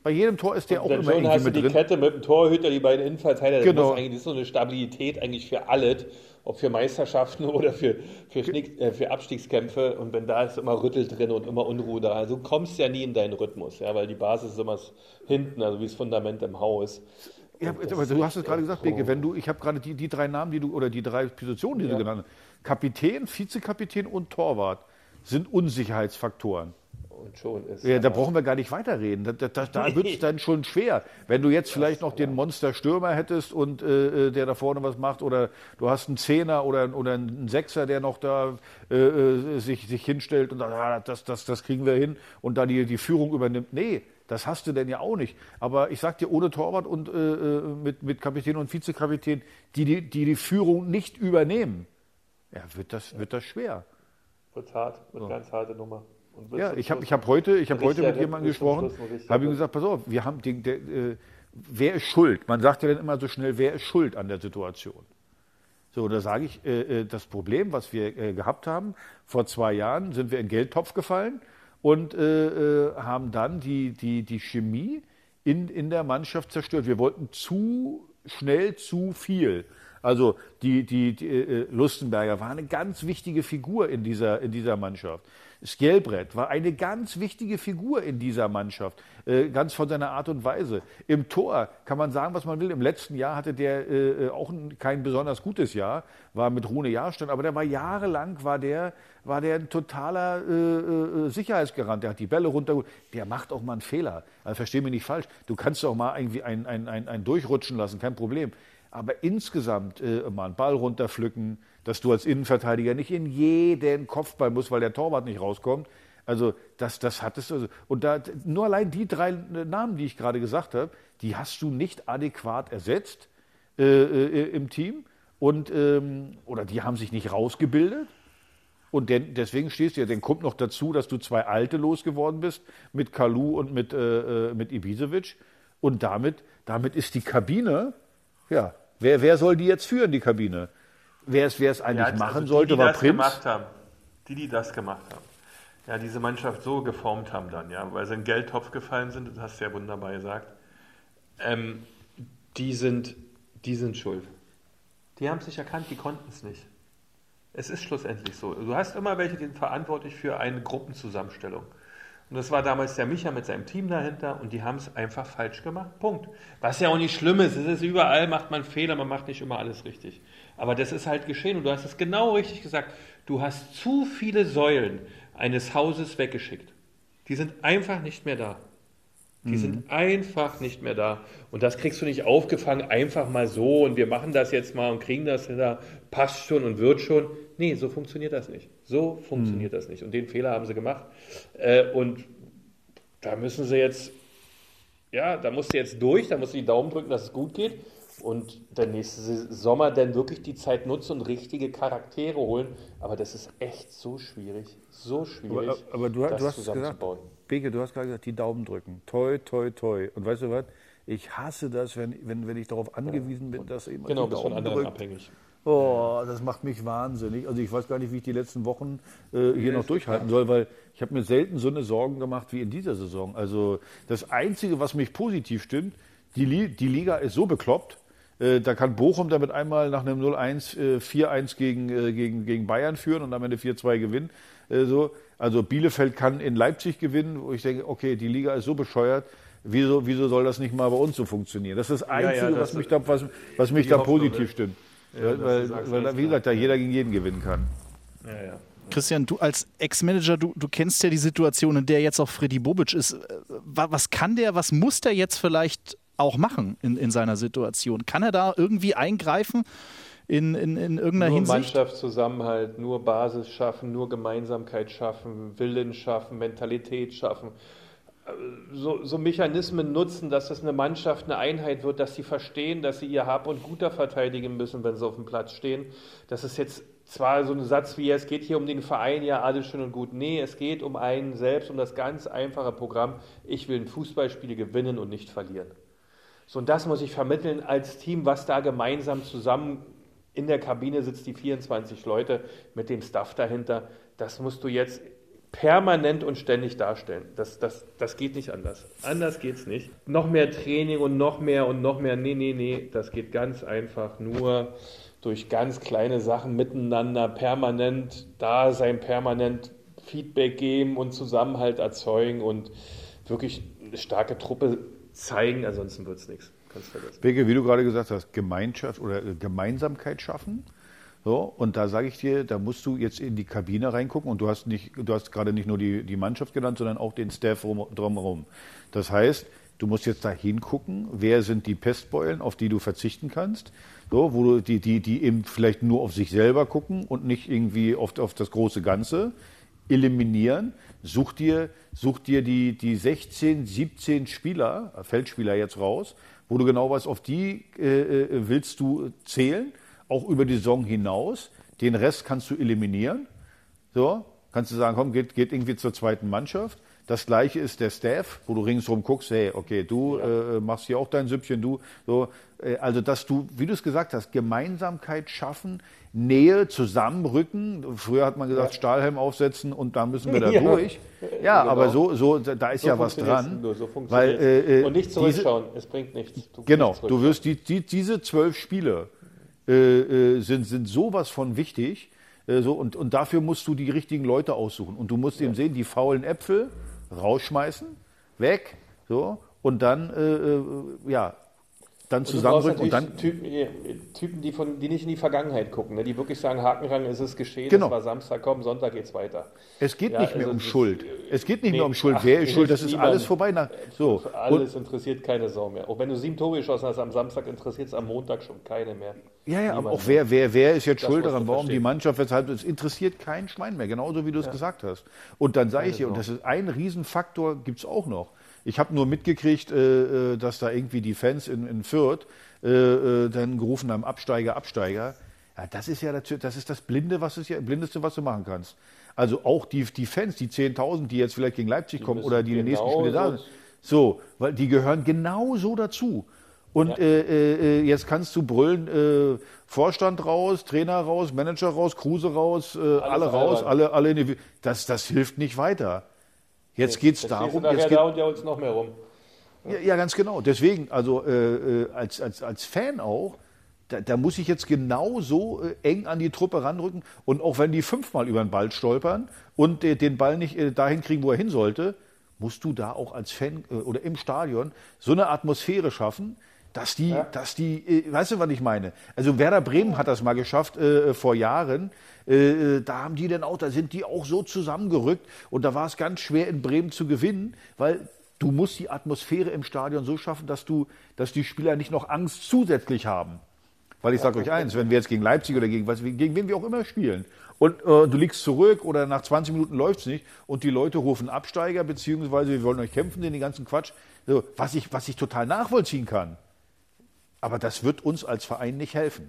Bei jedem Tor ist der auch dann immer schon irgendwie hast du mit die drin. Kette mit dem Torhüter, die beiden Innenverteidiger. Das Genau. muss eigentlich, das ist so eine Stabilität eigentlich für alles, ob für Meisterschaften oder für, für, Schnick, äh, für Abstiegskämpfe. Und wenn da ist immer Rüttel drin und immer Unruhe da. Also du kommst ja nie in deinen Rhythmus, ja, weil die Basis ist immer hinten, also wie das Fundament im Haus. Ja, aber du hast es gerade gesagt, Beke, wenn du, ich habe gerade die, die drei Namen, die du, oder die drei Positionen, die Ja. du genannt hast. Kapitän, Vizekapitän und Torwart sind Unsicherheitsfaktoren. Und schon ist Ja, da brauchen wir gar nicht weiterreden. Da, da, da, da wird es dann schon schwer. Wenn du jetzt vielleicht noch den Monster-Stürmer hättest und äh, der da vorne was macht, oder du hast einen Zehner oder, oder einen Sechser, der noch da äh, sich, sich hinstellt und sagt, ah, das, das, das kriegen wir hin und da die, die Führung übernimmt. Nee, das hast du denn ja auch nicht. Aber ich sag dir, ohne Torwart und äh, mit, mit Kapitän und Vizekapitän, die die, die die Führung nicht übernehmen, ja, wird das, wird das schwer. Wird hart, wird So. ganz harte Nummer. Und wird Ja, zum ich habe Schluss ich hab heute, ich hab ein heute mit richtiger jemandem Ritt, bis zum gesprochen, Schluss ein richtiger habe ihm Ritt. gesagt, pass auf, wir haben den, der, äh, wer ist schuld? Man sagt ja dann immer so schnell, wer ist schuld an der Situation? So, da sage ich, äh, äh, das Problem, was wir äh, gehabt haben, vor zwei Jahren sind wir in den Geldtopf gefallen und äh, äh, haben dann die, die, die Chemie in, in der Mannschaft zerstört. Wir wollten zu schnell zu viel. Also die, die, die äh, Lustenberger war eine ganz wichtige Figur in dieser, in dieser Mannschaft. Skjelbrett war eine ganz wichtige Figur in dieser Mannschaft, äh, ganz von seiner Art und Weise. Im Tor kann man sagen, was man will. Im letzten Jahr hatte der äh, auch ein, kein besonders gutes Jahr, war mit Rune Jahrstein, aber der war jahrelang, war der, war der ein totaler äh, äh, Sicherheitsgarant. Der hat die Bälle runter, der macht auch mal einen Fehler. Also versteh mich nicht falsch. Du kannst auch mal irgendwie einen, einen, einen, einen durchrutschen lassen, kein Problem. Aber insgesamt äh, mal einen Ball runterpflücken, dass du als Innenverteidiger nicht in jeden Kopfball musst, weil der Torwart nicht rauskommt. Also das, das hattest du. Also, und da, nur allein die drei Namen, die ich gerade gesagt habe, die hast du nicht adäquat ersetzt äh, äh, im Team. Und, ähm, oder die haben sich nicht rausgebildet. Und denn, deswegen stehst du ja, dann kommt noch dazu, dass du zwei Alte losgeworden bist, mit Kalou und mit, äh, mit Ibisevic. Und damit, damit ist die Kabine, ja, wer, wer soll die jetzt führen, die Kabine? Wer es, wer es eigentlich Ja, machen also die, sollte, die war das Prinz. Gemacht haben. Die, die das gemacht haben. Ja, diese Mannschaft so geformt haben dann, ja, weil sie in den Geldtopf gefallen sind, das hast du ja wunderbar gesagt. Ähm, die sind, die sind schuld. Die haben es nicht erkannt, die konnten es nicht. Es ist schlussendlich so. Du hast immer welche, die sind verantwortlich für eine Gruppenzusammenstellung. Und das war damals der Micha mit seinem Team dahinter und die haben es einfach falsch gemacht. Punkt. Was ja auch nicht schlimm ist. Es ist überall, macht man Fehler, man macht nicht immer alles richtig. Aber das ist halt geschehen und du hast es genau richtig gesagt. Du hast zu viele Säulen eines Hauses weggeschickt. Die sind einfach nicht mehr da. Die mhm. sind einfach nicht mehr da. Und das kriegst du nicht aufgefangen, einfach mal so und wir machen das jetzt mal und kriegen das da, passt schon und wird schon. Nee, so funktioniert das nicht. So funktioniert mhm. das nicht. Und den Fehler haben sie gemacht. Äh, und da müssen sie jetzt, ja, da musst du jetzt durch, da musst du die Daumen drücken, dass es gut geht. Und der nächste Sommer dann wirklich die Zeit nutzen und richtige Charaktere holen. Aber das ist echt so schwierig, so schwierig, Aber, aber du, das du hast gesagt, zusammenzubauen. Beke, du hast gerade gesagt, die Daumen drücken. Toi, toi, toi. Und weißt du was? Ich hasse das, wenn, wenn, wenn ich darauf angewiesen bin, dass jemand Genau, die bist von Daumen anderen drückt. abhängig. Oh, das macht mich wahnsinnig. Also ich weiß gar nicht, wie ich die letzten Wochen äh, hier noch durchhalten soll, weil ich habe mir selten so eine Sorgen gemacht wie in dieser Saison. Also das Einzige, was mich positiv stimmt, die, Li- die Liga ist so bekloppt, äh, da kann Bochum damit einmal nach einem null eins äh, vier eins gegen, äh, gegen, gegen Bayern führen und am Ende vier zwei gewinnen. Äh, so. Also Bielefeld kann in Leipzig gewinnen, wo ich denke, okay, die Liga ist so bescheuert, wieso, wieso soll das nicht mal bei uns so funktionieren? Das ist das Einzige, ja, das was mich da, was, was mich die da Hoffnung, positiv ne? stimmt. Ja, Ja, weil, weil da, wie gesagt, da jeder gegen jeden gewinnen kann. Ja, ja. Christian, du als Ex-Manager, du, du kennst ja die Situation, in der jetzt auch Freddy Bobic ist. Was kann der, was muss der jetzt vielleicht auch machen in, in seiner Situation? Kann er da irgendwie eingreifen in, in, in irgendeiner nur Hinsicht? Mannschaftszusammenhalt, nur Basis schaffen, nur Gemeinsamkeit schaffen, Willen schaffen, Mentalität schaffen. So, so Mechanismen nutzen, dass das eine Mannschaft, eine Einheit wird, dass sie verstehen, dass sie ihr Hab und Guter verteidigen müssen, wenn sie auf dem Platz stehen. Das ist jetzt zwar so ein Satz wie, es geht hier um den Verein, ja, alles schön und gut. Nee, es geht um einen selbst, um das ganz einfache Programm. Ich will ein Fußballspiel gewinnen und nicht verlieren. So, und das muss ich vermitteln als Team, was da gemeinsam zusammen in der Kabine sitzt, die vierundzwanzig Leute mit dem Staff dahinter. Das musst du jetzt permanent und ständig darstellen. Das, das, das geht nicht anders. Anders geht's nicht. Noch mehr Training und noch mehr und noch mehr. Nee, nee, nee. Das geht ganz einfach nur durch ganz kleine Sachen miteinander, permanent da sein, permanent Feedback geben und Zusammenhalt erzeugen und wirklich eine starke Truppe zeigen. Ansonsten wird's nichts. Kannst vergessen. Beke, wie du gerade gesagt hast, Gemeinschaft oder Gemeinsamkeit schaffen. So, und da sage ich dir, da musst du jetzt in die Kabine reingucken und du hast nicht, du hast gerade nicht nur die, die Mannschaft genannt, sondern auch den Staff rum, drumherum. Das heißt, du musst jetzt da hingucken, wer sind die Pestbeulen, auf die du verzichten kannst, so, wo du die, die, die eben vielleicht nur auf sich selber gucken und nicht irgendwie auf, auf das große Ganze. Eliminieren, such dir, such dir die, die sechzehn, siebzehn Spieler, Feldspieler jetzt raus, wo du genau weißt, auf die äh, willst du zählen, auch über die Saison hinaus. Den Rest kannst du eliminieren. So, kannst du sagen, komm, geht, geht irgendwie zur zweiten Mannschaft. Das Gleiche ist der Staff, wo du ringsherum guckst, hey, okay, du ja. äh, machst hier auch dein Süppchen, du. So, äh, also, dass du, wie du es gesagt hast, Gemeinsamkeit schaffen, Nähe, zusammenrücken. Früher hat man gesagt, ja. Stahlhelm aufsetzen und da müssen wir da ja. durch. Ja, genau. Aber so, so, da ist so ja was dran. Nur, so weil, äh, und nicht zurückschauen, diese, es bringt nichts. Du genau, du wirst die, die, diese zwölf Spiele äh, sind, sind sowas von wichtig. Äh, so, und, und dafür musst du die richtigen Leute aussuchen. Und du musst ja. eben sehen, die faulen Äpfel rausschmeißen, weg, so, und dann, äh, ja, dann zusammenrücken und dann. Typen, Typen die, von, die nicht in die Vergangenheit gucken, ne? Die wirklich sagen, Hakenrang, es ist geschehen, genau. Es war Samstag, komm, Sonntag geht's weiter. Es geht ja, nicht mehr also um das, Schuld. Es geht nicht nee, mehr um Schuld. ach, Wer ist schuld? Das ist niemand. alles vorbei. Nach, so. Alles und, interessiert keine Sau mehr. Auch wenn du sieben Tore geschossen hast am Samstag, interessiert es am Montag schon keine mehr. Ja, ja, Niemand aber auch wer, wer, wer ist jetzt das schuld daran? Warum verstehen. die Mannschaft, weshalb, es interessiert kein Schwein mehr. Genauso wie du es ja. gesagt hast. Und dann sage ich dir, und das ist ein Riesenfaktor, gibt es auch noch. Ich habe nur mitgekriegt, äh, dass da irgendwie die Fans in, in Fürth äh, dann gerufen haben, Absteiger, Absteiger. Ja, das ist ja das, das, ist das Blinde, was ist ja, Blindeste, was du machen kannst. Also auch die, die Fans, die zehntausend, die jetzt vielleicht gegen Leipzig die kommen oder die in den nächsten Spielen da sind. So, weil die gehören genauso dazu. Und ja. äh, äh, jetzt kannst du brüllen, äh, Vorstand raus, Trainer raus, Manager raus, Kruse raus, äh, alle raus, alle, alle in die, das, das hilft nicht weiter. Jetzt geht es darum. Jetzt geht, da und ja uns noch mehr rum. Ja, ja, ganz genau. Deswegen, also äh, als, als, als Fan auch, da, da muss ich jetzt genau so äh, eng an die Truppe ranrücken. Und auch wenn die fünfmal über den Ball stolpern und äh, den Ball nicht äh, dahin kriegen, wo er hin sollte, musst du da auch als Fan äh, oder im Stadion so eine Atmosphäre schaffen, dass die, ja. dass die, äh, weißt du, was ich meine? Also Werder Bremen hat das mal geschafft äh, vor Jahren. Äh, da haben die dann auch, da sind die auch so zusammengerückt und da war es ganz schwer in Bremen zu gewinnen, weil du musst die Atmosphäre im Stadion so schaffen, dass du, dass die Spieler nicht noch Angst zusätzlich haben. Weil ich sage euch eins, wenn wir jetzt gegen Leipzig oder gegen was, gegen wen wir auch immer spielen und äh, du liegst zurück oder nach zwanzig Minuten läuft's nicht und die Leute rufen Absteiger beziehungsweise wir wollen euch kämpfen, den ganzen Quatsch, so, was ich, was ich total nachvollziehen kann. Aber das wird uns als Verein nicht helfen.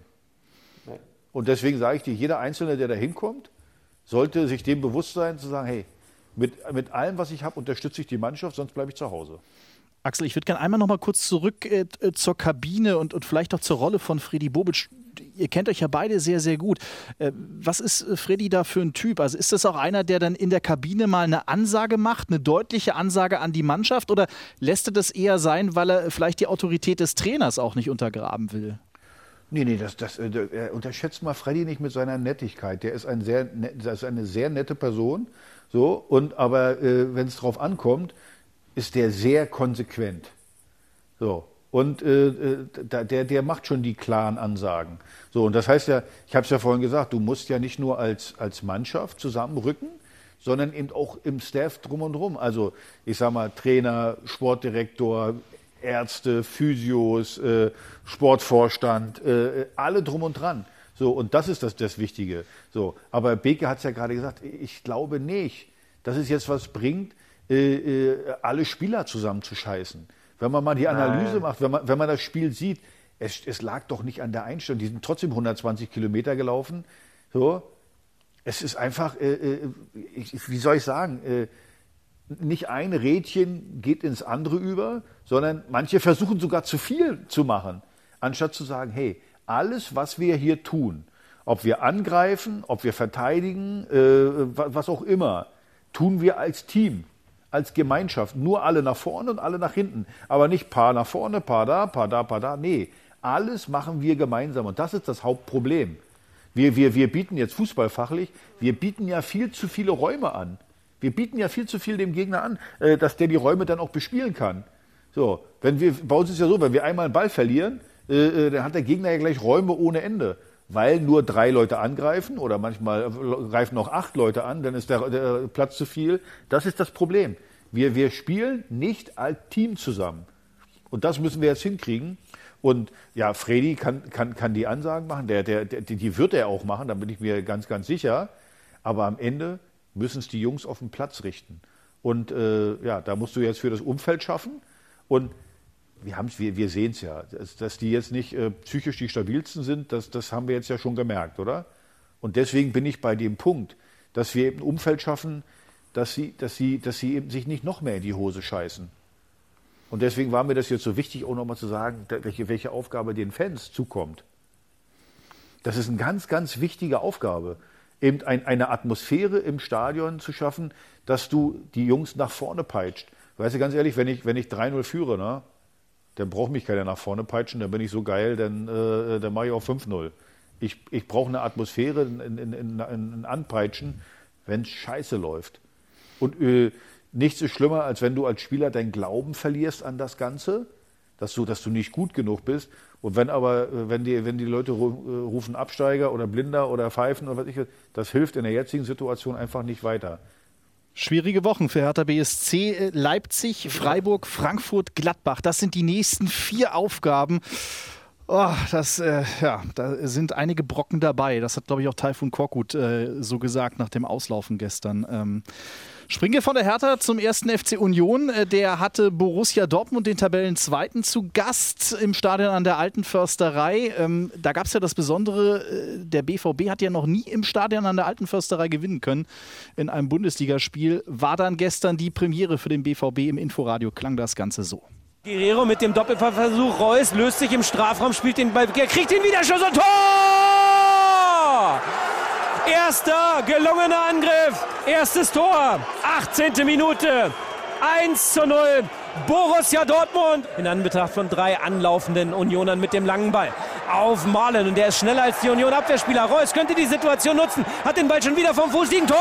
Und deswegen sage ich dir, jeder Einzelne, der da hinkommt, sollte sich dem bewusst sein, zu sagen, hey, mit, mit allem, was ich habe, unterstütze ich die Mannschaft, sonst bleibe ich zu Hause. Axel, ich würde gerne einmal noch mal kurz zurück äh, zur Kabine und, und vielleicht auch zur Rolle von Fredi Bobic. Ihr kennt euch ja beide sehr, sehr gut. Äh, was ist äh, Fredi da für ein Typ? Also ist das auch einer, der dann in der Kabine mal eine Ansage macht, eine deutliche Ansage an die Mannschaft? Oder lässt er das eher sein, weil er vielleicht die Autorität des Trainers auch nicht untergraben will? Nee, nee, das, das, äh, unterschätzt mal Fredi nicht mit seiner Nettigkeit. Der ist, ein sehr, das ist eine sehr nette Person. So, und, aber äh, wenn es drauf ankommt, ist der sehr konsequent. So. Und äh, der, der macht schon die klaren Ansagen. So, und das heißt ja, ich habe es ja vorhin gesagt, du musst ja nicht nur als, als Mannschaft zusammenrücken, sondern eben auch im Staff drum und drum. Also ich sag mal, Trainer, Sportdirektor, Ärzte, Physios, äh, Sportvorstand, äh, alle drum und dran. So, und das ist das, das Wichtige. So, aber Beke hat es ja gerade gesagt, ich glaube nicht, dass es jetzt was bringt, äh, äh, alle Spieler zusammenzuscheißen. Wenn man mal die Analyse Nein. macht, wenn man, wenn man das Spiel sieht, es, es lag doch nicht an der Einstellung. Die sind trotzdem hundertzwanzig Kilometer gelaufen. So, es ist einfach, äh, äh, ich, wie soll ich sagen, äh, nicht ein Rädchen geht ins andere über, sondern manche versuchen sogar zu viel zu machen, anstatt zu sagen, hey, alles, was wir hier tun, ob wir angreifen, ob wir verteidigen, äh, was auch immer, tun wir als Team, als Gemeinschaft. Nur alle nach vorne und alle nach hinten. Aber nicht paar nach vorne, paar da, paar da, paar da. Nee, alles machen wir gemeinsam. Und das ist das Hauptproblem. Wir, wir, wir bieten jetzt fußballfachlich, wir bieten ja viel zu viele Räume an. Wir bieten ja viel zu viel dem Gegner an, dass der die Räume dann auch bespielen kann. So, wenn wir, bei uns ist ja so, wenn wir einmal einen Ball verlieren, äh, dann hat der Gegner ja gleich Räume ohne Ende. Weil nur drei Leute angreifen oder manchmal greifen auch acht Leute an, dann ist der, der Platz zu viel. Das ist das Problem. Wir, wir spielen nicht als Team zusammen. Und das müssen wir jetzt hinkriegen. Und ja, Fredi kann, kann, kann die Ansagen machen, der, der, der, die wird er auch machen, da bin ich mir ganz, ganz sicher. Aber am Ende müssen es die Jungs auf den Platz richten. Und äh, ja, da musst du jetzt für das Umfeld schaffen. Und wir, wir, wir sehen es ja, dass, dass die jetzt nicht äh, psychisch die stabilsten sind, das, das haben wir jetzt ja schon gemerkt, oder? Und deswegen bin ich bei dem Punkt, dass wir eben ein Umfeld schaffen, dass sie, dass sie, dass sie eben sich nicht noch mehr in die Hose scheißen. Und deswegen war mir das jetzt so wichtig, auch nochmal zu sagen, welche, welche Aufgabe den Fans zukommt. Das ist eine ganz, ganz wichtige Aufgabe. Eben ein, eine Atmosphäre im Stadion zu schaffen, dass du die Jungs nach vorne peitscht. Weißt du, ganz ehrlich, wenn ich, wenn ich drei null führe, ne, dann braucht mich keiner nach vorne peitschen, dann bin ich so geil, dann, äh, dann mache ich auch fünf null. Ich, ich brauche eine Atmosphäre, ein, ein, ein, ein Anpeitschen, wenn es scheiße läuft. Und äh, nichts ist schlimmer, als wenn du als Spieler deinen Glauben verlierst an das Ganze, dass du, dass du nicht gut genug bist. Und wenn aber, wenn die, wenn die Leute rufen Absteiger oder Blinder oder Pfeifen oder was ich, das hilft in der jetzigen Situation einfach nicht weiter. Schwierige Wochen für Hertha B S C. Leipzig, Freiburg, Frankfurt, Gladbach. Das sind die nächsten vier Aufgaben. Oh, das, äh, ja, da sind einige Brocken dabei. Das hat, glaube ich, auch Taifun Korkut äh, so gesagt nach dem Auslaufen gestern. Ähm, springen wir von der Hertha zum ersten F C Union. Äh, der hatte Borussia Dortmund, den Tabellenzweiten, zu Gast im Stadion an der Alten Försterei. Ähm, da gab es ja das Besondere, äh, der B V B hat ja noch nie im Stadion an der Alten Försterei gewinnen können in einem Bundesligaspiel. War dann gestern die Premiere für den B V B. Im Inforadio klang das Ganze so. Guerrero mit dem Doppelversuch, Reus löst sich im Strafraum, spielt den Ball, er kriegt den Wiederschuss und Tor! Erster gelungener Angriff, erstes Tor, achtzehnte Minute, eins zu null, Borussia Dortmund. In Anbetracht von drei anlaufenden Unionern mit dem langen Ball auf Malen und der ist schneller als die Union-Abwehrspieler. Reus könnte die Situation nutzen, hat den Ball schon wieder vom Fuß liegen, Tor!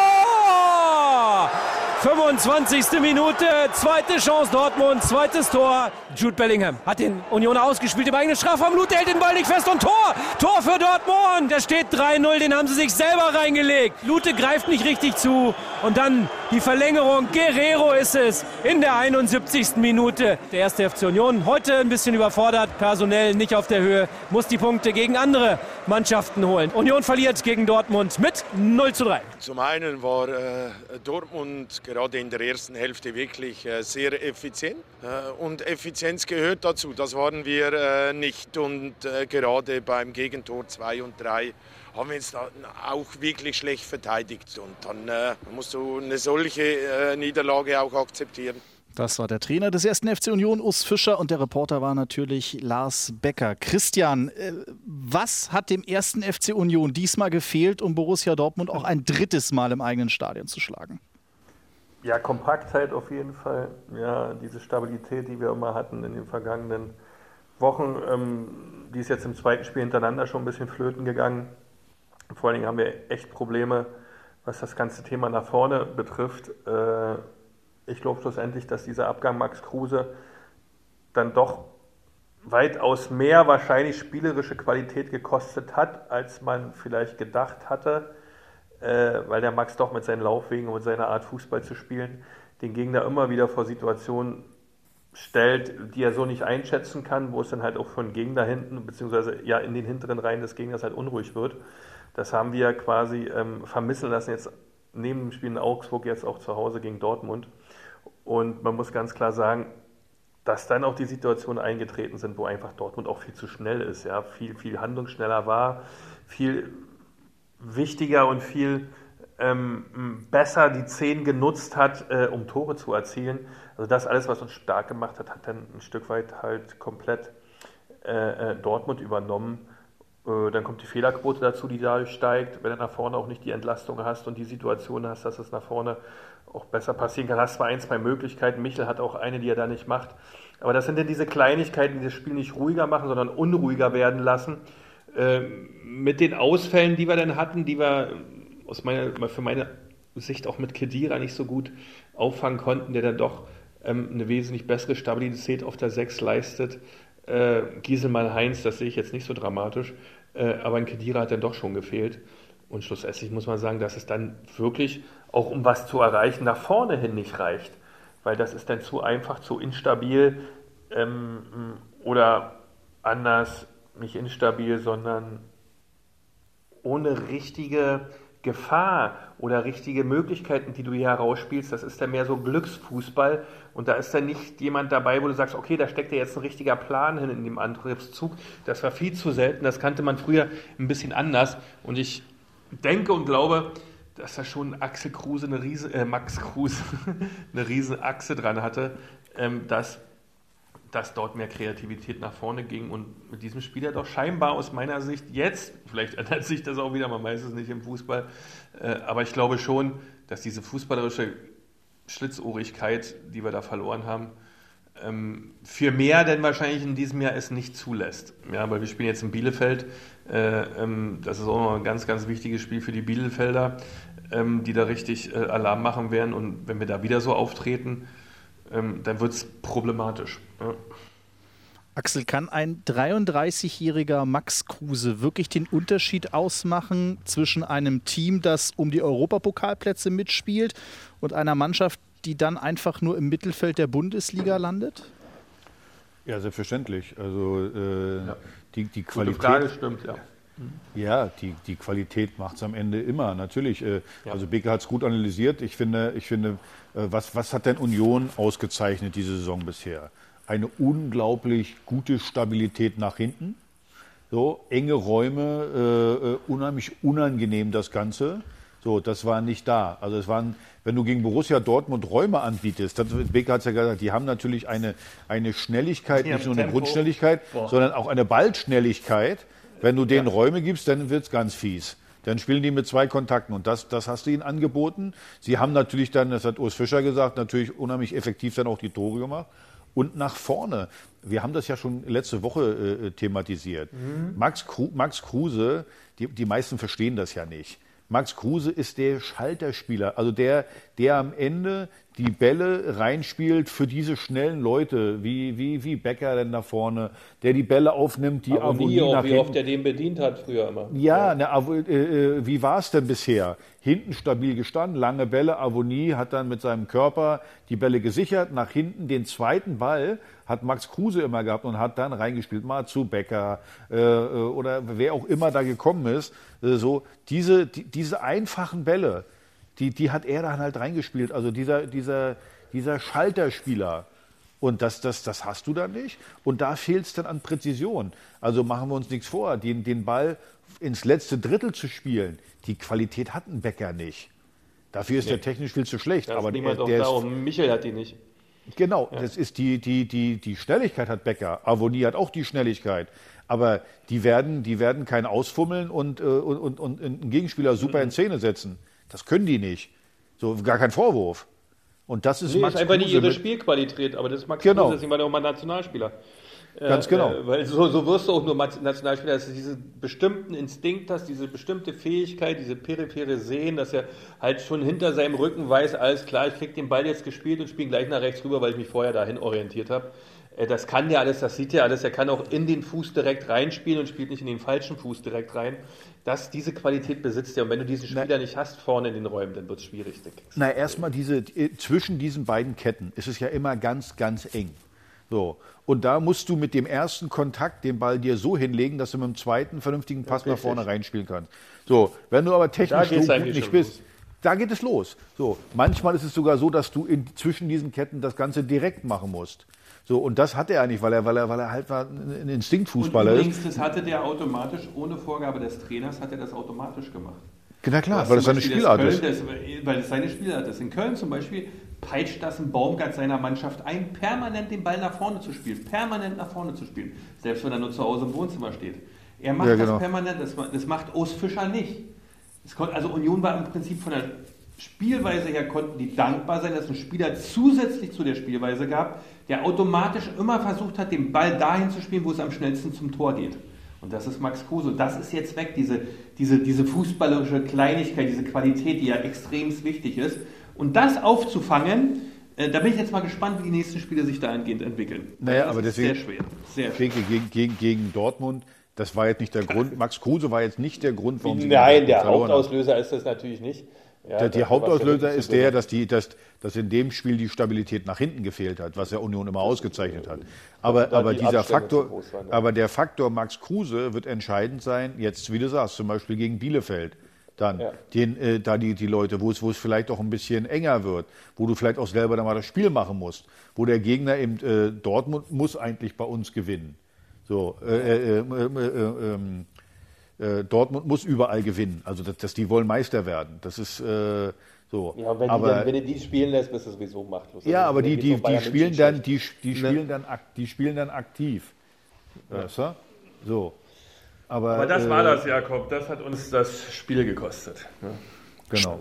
fünfundzwanzigste Minute, zweite Chance Dortmund, zweites Tor. Jude Bellingham hat den Unioner ausgespielt im eigenen Strafraum. Lute hält den Ball nicht fest und Tor! Tor für Dortmund! Da steht drei null, den haben sie sich selber reingelegt. Lute greift nicht richtig zu und dann die Verlängerung. Guerrero ist es in der einundsiebzigsten Minute. Der erste F C Union heute ein bisschen überfordert, personell nicht auf der Höhe, muss die Punkte gegen andere Mannschaften holen. Union verliert gegen Dortmund mit null zu drei. Zum einen war äh, Dortmund gerade in der ersten Hälfte wirklich äh, sehr effizient. Äh, und Effizienz gehört dazu, das waren wir äh, nicht. Und äh, gerade beim Gegentor zwei und drei haben wir uns da auch wirklich schlecht verteidigt. Und dann äh, musst du eine solche äh, Niederlage auch akzeptieren. Das war der Trainer des ersten F C Union, Urs Fischer, und der Reporter war natürlich Lars Becker. Christian, äh, was hat dem ersten F C Union diesmal gefehlt, um Borussia Dortmund auch ein drittes Mal im eigenen Stadion zu schlagen? Ja, Kompaktheit auf jeden Fall. Ja, diese Stabilität, die wir immer hatten in den vergangenen Wochen, ähm, die ist jetzt im zweiten Spiel hintereinander schon ein bisschen flöten gegangen. Vor allen Dingen haben wir echt Probleme, was das ganze Thema nach vorne betrifft. Äh, Ich glaube schlussendlich, dass dieser Abgang Max Kruse dann doch weitaus mehr wahrscheinlich spielerische Qualität gekostet hat, als man vielleicht gedacht hatte, äh, weil der Max doch mit seinen Laufwegen und seiner Art Fußball zu spielen den Gegner immer wieder vor Situationen stellt, die er so nicht einschätzen kann, wo es dann halt auch von Gegner hinten, beziehungsweise ja in den hinteren Reihen des Gegners halt unruhig wird. Das haben wir quasi ähm, vermissen lassen jetzt neben dem Spiel in Augsburg, jetzt auch zu Hause gegen Dortmund. Und man muss ganz klar sagen, dass dann auch die Situationen eingetreten sind, wo einfach Dortmund auch viel zu schnell ist, ja, viel, viel handlungsschneller war, viel wichtiger und viel ähm, besser die Zehn genutzt hat, äh, um Tore zu erzielen. Also das alles, was uns stark gemacht hat, hat dann ein Stück weit halt komplett äh, Dortmund übernommen. Äh, dann kommt die Fehlerquote dazu, die dadurch steigt, wenn du nach vorne auch nicht die Entlastung hast und die Situation hast, dass es nach vorne auch besser passieren kann. Hast zwar ein, zwei Möglichkeiten, Michel hat auch eine, die er da nicht macht, aber das sind dann diese Kleinigkeiten, die das Spiel nicht ruhiger machen, sondern unruhiger werden lassen. Äh, mit den Ausfällen, die wir dann hatten, die wir aus meiner, für meine Sicht auch mit Khedira nicht so gut auffangen konnten, der dann doch ähm, eine wesentlich bessere Stabilität auf der sechs leistet. Äh, Gieselmann, Heinz, das sehe ich jetzt nicht so dramatisch, äh, aber ein Khedira hat dann doch schon gefehlt. Und schlussendlich muss man sagen, dass es dann wirklich, auch um was zu erreichen, nach vorne hin nicht reicht. Weil das ist dann zu einfach, zu instabil ähm, oder anders, nicht instabil, sondern ohne richtige Gefahr oder richtige Möglichkeiten, die du hier herausspielst. Das ist dann mehr so Glücksfußball und da ist dann nicht jemand dabei, wo du sagst, okay, da steckt ja jetzt ein richtiger Plan hin in dem Angriffszug. Das war viel zu selten, das kannte man früher ein bisschen anders und ich denke und glaube, dass da schon Axel Kruse eine riesen, äh, Max Kruse eine riesen Achse dran hatte, ähm, dass, dass dort mehr Kreativität nach vorne ging und mit diesem Spieler doch scheinbar aus meiner Sicht jetzt, vielleicht ändert sich das auch wieder, man weiß es nicht im Fußball, äh, aber ich glaube schon, dass diese fußballerische Schlitzohrigkeit, die wir da verloren haben, ähm, für mehr denn wahrscheinlich in diesem Jahr es nicht zulässt. Ja, weil wir spielen jetzt in Bielefeld, äh, ähm, das ist auch noch ein ganz, ganz wichtiges Spiel für die Bielefelder, ähm, die da richtig äh, Alarm machen werden und wenn wir da wieder so auftreten, ähm, dann wird es problematisch. Ja. Axel, kann ein dreiunddreißigjähriger Max Kruse wirklich den Unterschied ausmachen zwischen einem Team, das um die Europapokalplätze mitspielt und einer Mannschaft, die dann einfach nur im Mittelfeld der Bundesliga landet? Ja, selbstverständlich. Also äh, ja. die, die Qualität. Gute Frage, stimmt, ja. Ja, die, die Qualität macht es am Ende immer, natürlich. Äh, ja. Also Beke hat es gut analysiert. Ich finde, ich finde äh, was, was hat denn Union ausgezeichnet diese Saison bisher? Eine unglaublich gute Stabilität nach hinten. So, enge Räume, äh, unheimlich unangenehm das Ganze. So, das war nicht da. Also es waren, wenn du gegen Borussia Dortmund Räume anbietest, das, Beke hat es ja gesagt, die haben natürlich eine, eine Schnelligkeit, nicht nur eine Tempo. Grundschnelligkeit, Boah. sondern auch eine Ballschnelligkeit. Wenn du denen ja. Räume gibst, dann wird es ganz fies. Dann spielen die mit zwei Kontakten und das, das hast du ihnen angeboten. Sie haben natürlich dann, das hat Urs Fischer gesagt, natürlich unheimlich effektiv dann auch die Tore gemacht. Und nach vorne. Wir haben das ja schon letzte Woche äh, thematisiert. Mhm. Max, Kru- Max Kruse, die, die meisten verstehen das ja nicht. Max Kruse ist der Schalterspieler, also der, der am Ende die Bälle reinspielt für diese schnellen Leute, wie, wie, wie Becker denn da vorne, der die Bälle aufnimmt, die aber Avonie nie auch, nach wie hinten. oft er den bedient hat früher immer. Ja, ja. Ne, äh, wie war es denn bisher? Hinten stabil gestanden, lange Bälle, Avonie hat dann mit seinem Körper die Bälle gesichert, nach hinten den zweiten Ball hat Max Kruse immer gehabt und hat dann reingespielt, mal zu Becker äh, oder wer auch immer da gekommen ist. Äh, so diese, die, diese einfachen Bälle, die, die hat er dann halt reingespielt. Also dieser, dieser, dieser Schalterspieler. Und das, das, das hast du dann nicht. Und da fehlt es dann an Präzision. Also machen wir uns nichts vor, den, den Ball ins letzte Drittel zu spielen, die Qualität hat ein Becker nicht. Dafür ist nee. er technisch viel zu schlecht. Das aber ist niemand der, der da, ist, Michel hat die nicht. Genau, ja. das ist die, die, die, die Schnelligkeit hat Becker. Avonie hat auch die Schnelligkeit. Aber die werden, die werden kein Ausfummeln und, und, und, und einen Gegenspieler super in Szene setzen. Das können die nicht. So, gar kein Vorwurf. Und das ist nee, Max ist einfach Kruse nicht ihre mit Spielqualität, aber das ist Max genau. Kruse, deswegen war der auch mal Nationalspieler. Ganz genau. Äh, weil so, so wirst du auch nur Nationalspieler, dass du diesen bestimmten Instinkt hast, diese bestimmte Fähigkeit, diese periphere Sehen, dass er halt schon hinter seinem Rücken weiß, alles klar, ich krieg den Ball jetzt gespielt und spiele gleich nach rechts rüber, weil ich mich vorher dahin orientiert habe. Äh, das kann der alles, das sieht der alles, er kann auch in den Fuß direkt reinspielen und spielt nicht in den falschen Fuß direkt rein. Das, diese Qualität besitzt er und wenn du diesen Spieler Na, nicht hast vorne in den Räumen, dann wird es schwierig. Na, erstmal diese, zwischen diesen beiden Ketten ist es ja immer ganz, ganz eng. So. Und da musst du mit dem ersten Kontakt den Ball dir so hinlegen, dass du mit dem zweiten vernünftigen Pass nach vorne reinspielen kannst. So, wenn du aber technisch so gut nicht bist, los. da geht es los. So, manchmal ist es sogar so, dass du in, zwischen diesen Ketten das Ganze direkt machen musst. So, und das hat er eigentlich, weil er, weil er, weil er halt ein Instinktfußballer ist. Übrigens, das hatte der automatisch, ohne Vorgabe des Trainers, hat er das automatisch gemacht. Na klar, weil das seine Spielart ist. Das, weil es seine Spielart ist. In Köln zum Beispiel peitscht das ein Baumgart seiner Mannschaft ein, permanent den Ball nach vorne zu spielen. Permanent nach vorne zu spielen. Selbst wenn er nur zu Hause im Wohnzimmer steht. Er macht Ja, das genau. permanent, das, das macht Urs Fischer nicht. Es konnte, also Union war im Prinzip von der Spielweise her, konnten die dankbar sein, dass es einen Spieler zusätzlich zu der Spielweise gab, der automatisch immer versucht hat, den Ball dahin zu spielen, wo es am schnellsten zum Tor geht. Und das ist Max Kruse. Das ist jetzt weg, diese, diese, diese fußballerische Kleinigkeit, diese Qualität, die ja extrem wichtig ist. Und das aufzufangen, äh, da bin ich jetzt mal gespannt, wie die nächsten Spiele sich dahingehend entwickeln. Naja, das aber ist deswegen, sehr schwer. Sehr schwer. Gegen, gegen, gegen Dortmund, das war jetzt nicht der Grund. Max Kruse war jetzt nicht der Grund, warum sie Nein, der verloren Hauptauslöser haben. Ist das natürlich nicht. Ja, der, der Hauptauslöser ist der, der, dass, die, dass, dass in dem Spiel die Stabilität nach hinten gefehlt hat, was ja Union immer ausgezeichnet hat. Aber, da aber die dieser Abstände Faktor, zu groß waren, ja. aber der Faktor Max Kruse wird entscheidend sein, jetzt wie du sagst, zum Beispiel gegen Bielefeld. Dann, Ja. den, äh, da die, die Leute, wo es, wo es vielleicht auch ein bisschen enger wird, wo du vielleicht auch selber dann mal das Spiel machen musst, wo der Gegner eben, äh, Dortmund muss eigentlich bei uns gewinnen. So, äh, äh, äh, äh, äh, äh, Dortmund muss überall gewinnen. Also, dass, dass die wollen Meister werden. Das ist äh, so. Ja, und wenn, aber, die dann, wenn du die spielen lässt, bist du sowieso machtlos. ja, Also, aber die, geht die, von Bayern die spielen München dann, schlecht. die, die spielen dann, ak- die spielen dann aktiv. Weißt du? So. Aber, Aber das äh, war das, Jakob. Das hat uns das Spiel gekostet. Ja. Genau.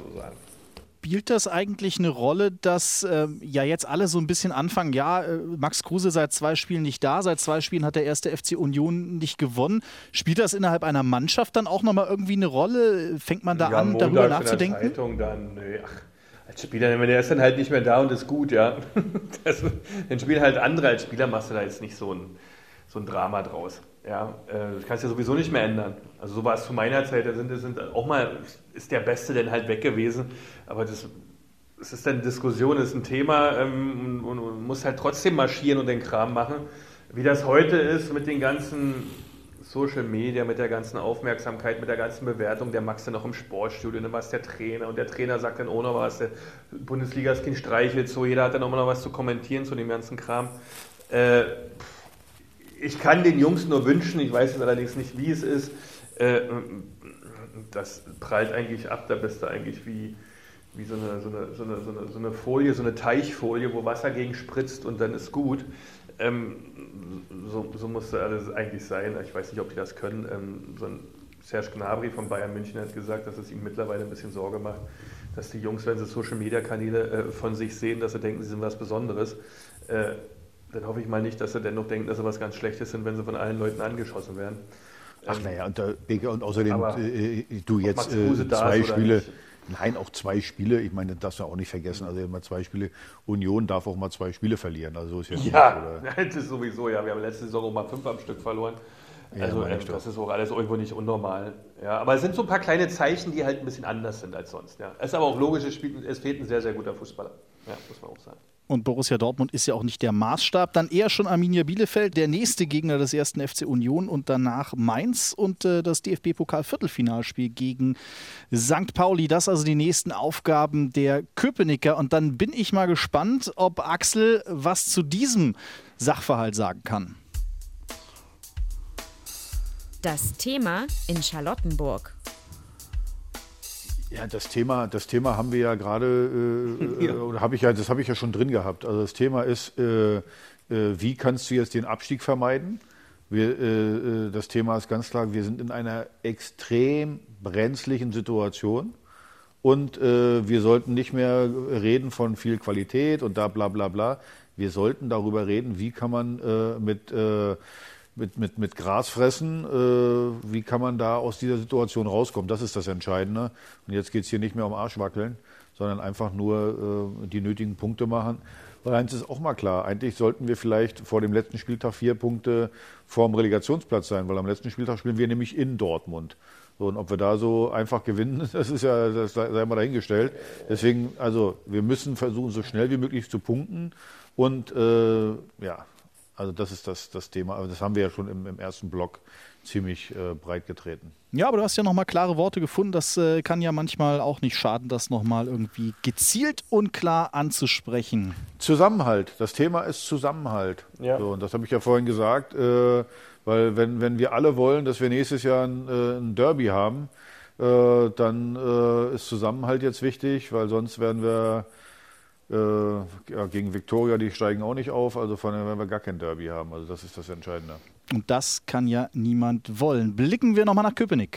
Spielt das eigentlich eine Rolle, dass ähm, ja jetzt alle so ein bisschen anfangen, ja, äh, Max Kruse seit zwei Spielen nicht da, seit zwei Spielen hat der erste F C Union nicht gewonnen. Spielt das innerhalb einer Mannschaft dann auch nochmal irgendwie eine Rolle? Fängt man da ja, an, Montags darüber in der nachzudenken? Zeitung dann, nö, ach, als Spieler, wenn der ist dann halt nicht mehr da und ist gut, ja. Das, dann spielen halt andere, als Spieler machst du da jetzt nicht so ein, so ein Drama draus. Ja, äh, das kannst du ja sowieso nicht mehr ändern. Also so war es zu meiner Zeit, da sind, sind auch mal, ist der Beste denn halt weg gewesen, aber das, das ist dann Diskussion, das ist ein Thema ähm, und, und muss halt trotzdem marschieren und den Kram machen. Wie das heute ist mit den ganzen Social Media, mit der ganzen Aufmerksamkeit, mit der ganzen Bewertung, der Max dann noch im Sportstudio, dann war es der Trainer und der Trainer sagt dann auch noch was, der Bundesliga ist kein Streichel, so jeder hat dann auch noch was zu kommentieren zu dem ganzen Kram. Äh, Ich kann den Jungs nur wünschen, ich weiß jetzt allerdings nicht, wie es ist, äh, das prallt eigentlich ab, da bist du eigentlich wie, wie so, eine, so, eine, so, eine, so, eine, so eine Folie, so eine Teichfolie, wo Wasser gegen spritzt und dann ist gut. Ähm, so, so muss das alles eigentlich sein. Ich weiß nicht, ob die das können. Ähm, so ein Serge Gnabry von Bayern München hat gesagt, dass es ihm mittlerweile ein bisschen Sorge macht, dass die Jungs, wenn sie Social-Media-Kanäle äh, von sich sehen, dass sie denken, sie sind was Besonderes. Äh, dann hoffe ich mal nicht, dass sie dennoch denken, dass sie was ganz Schlechtes sind, wenn sie von allen Leuten angeschossen werden. Ach naja, und, äh, und außerdem, Aber äh, du jetzt Max Kruse äh, da zwei ist oder Spiele, nicht? nein, auch zwei Spiele, ich meine, das darfst du auch nicht vergessen, also immer zwei Spiele, Union darf auch mal zwei Spiele verlieren, also so ist ja nicht, Ja, oder? das ist sowieso, ja, wir haben letzte Saison auch mal fünf am Stück verloren. Ja, Also meine ähm, ich das doch. ist auch alles irgendwo nicht unnormal. Ja, aber es sind so ein paar kleine Zeichen, die halt ein bisschen anders sind als sonst. Ja. Es ist aber auch logisch, es, spielt, es fehlt ein sehr, sehr guter Fußballer. Ja, muss man auch sagen. Und Borussia Dortmund ist ja auch nicht der Maßstab. Dann eher schon Arminia Bielefeld, der nächste Gegner des ersten F C Union und danach Mainz und äh, das D F B-Pokal-Viertelfinalspiel gegen Sankt Pauli. Das also die nächsten Aufgaben der Köpenicker. Und dann bin ich mal gespannt, ob Axel was zu diesem Sachverhalt sagen kann. Das Thema in Charlottenburg. Ja, das Thema, das Thema haben wir ja gerade, äh, ja. oder habe ich ja, das habe ich ja schon drin gehabt. Also das Thema ist, äh, äh, wie kannst du jetzt den Abstieg vermeiden? Wir, äh, das Thema ist ganz klar, wir sind in einer extrem brenzlichen Situation und äh, wir sollten nicht mehr reden von viel Qualität und da bla bla bla. Wir sollten darüber reden, wie kann man äh, mit äh, Mit, mit, mit Gras fressen, äh, wie kann man da aus dieser Situation rauskommen? Das ist das Entscheidende. Und jetzt geht es hier nicht mehr um Arschwackeln, sondern einfach nur äh, die nötigen Punkte machen. Weil eins ist auch mal klar, eigentlich sollten wir vielleicht vor dem letzten Spieltag vier Punkte vorm Relegationsplatz sein, weil am letzten Spieltag spielen wir nämlich in Dortmund. So, und ob wir da so einfach gewinnen, das ist ja, das sei mal dahingestellt. Deswegen, also wir müssen versuchen, so schnell wie möglich zu punkten. Und äh, ja, also das ist das, das Thema. Aber das haben wir ja schon im, im ersten Block ziemlich äh, breit getreten. Ja, aber du hast ja nochmal klare Worte gefunden. Das äh, kann ja manchmal auch nicht schaden, das nochmal irgendwie gezielt und klar anzusprechen. Zusammenhalt. Das Thema ist Zusammenhalt. Ja. So, und das habe ich ja vorhin gesagt. Äh, weil wenn, wenn wir alle wollen, dass wir nächstes Jahr ein, äh, ein Derby haben, äh, dann äh, ist Zusammenhalt jetzt wichtig, weil sonst werden wir Äh, ja, gegen Viktoria, die steigen auch nicht auf, also von daher werden wir gar kein Derby haben. Also das ist das Entscheidende. Und das kann ja niemand wollen. Blicken wir nochmal nach Köpenick.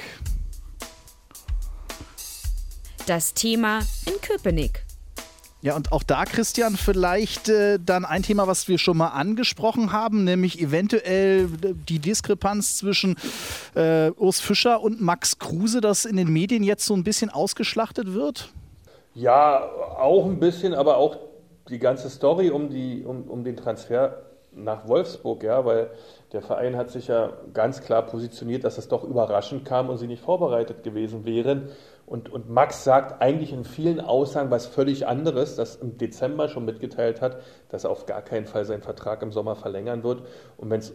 Das Thema in Köpenick. Ja, und auch da, Christian, vielleicht äh, dann ein Thema, was wir schon mal angesprochen haben, nämlich eventuell die Diskrepanz zwischen äh, Urs Fischer und Max Kruse, das in den Medien jetzt so ein bisschen ausgeschlachtet wird? Ja, auch ein bisschen, aber auch die ganze Story um, die, um, um den Transfer nach Wolfsburg, ja, weil der Verein hat sich ja ganz klar positioniert, dass es doch überraschend kam und sie nicht vorbereitet gewesen wären. Und, und Max sagt eigentlich in vielen Aussagen was völlig anderes, das im Dezember schon mitgeteilt hat, dass er auf gar keinen Fall seinen Vertrag im Sommer verlängern wird. Und wenn es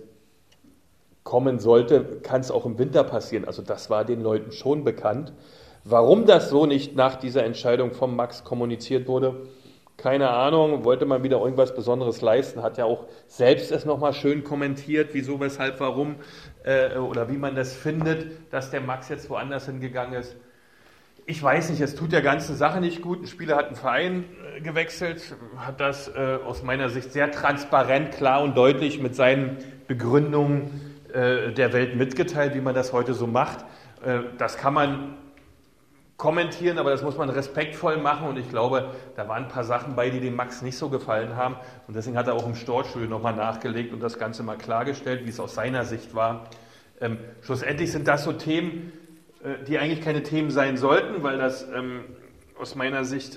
kommen sollte, kann es auch im Winter passieren. Also das war den Leuten schon bekannt. Warum das so nicht nach dieser Entscheidung von Max kommuniziert wurde, keine Ahnung, wollte man wieder irgendwas Besonderes leisten, hat ja auch selbst es nochmal schön kommentiert, wieso, weshalb, warum äh, oder wie man das findet, dass der Max jetzt woanders hingegangen ist. Ich weiß nicht, es tut der ganzen Sache nicht gut. Ein Spieler hat einen Verein äh, gewechselt, hat das äh, aus meiner Sicht sehr transparent, klar und deutlich mit seinen Begründungen äh, der Welt mitgeteilt, wie man das heute so macht. Äh, das kann man kommentieren, aber das muss man respektvoll machen und ich glaube, da waren ein paar Sachen bei, die dem Max nicht so gefallen haben und deswegen hat er auch im Sportstudio nochmal nachgelegt und das Ganze mal klargestellt, wie es aus seiner Sicht war. Ähm, schlussendlich sind das so Themen, äh, die eigentlich keine Themen sein sollten, weil das ähm, aus meiner Sicht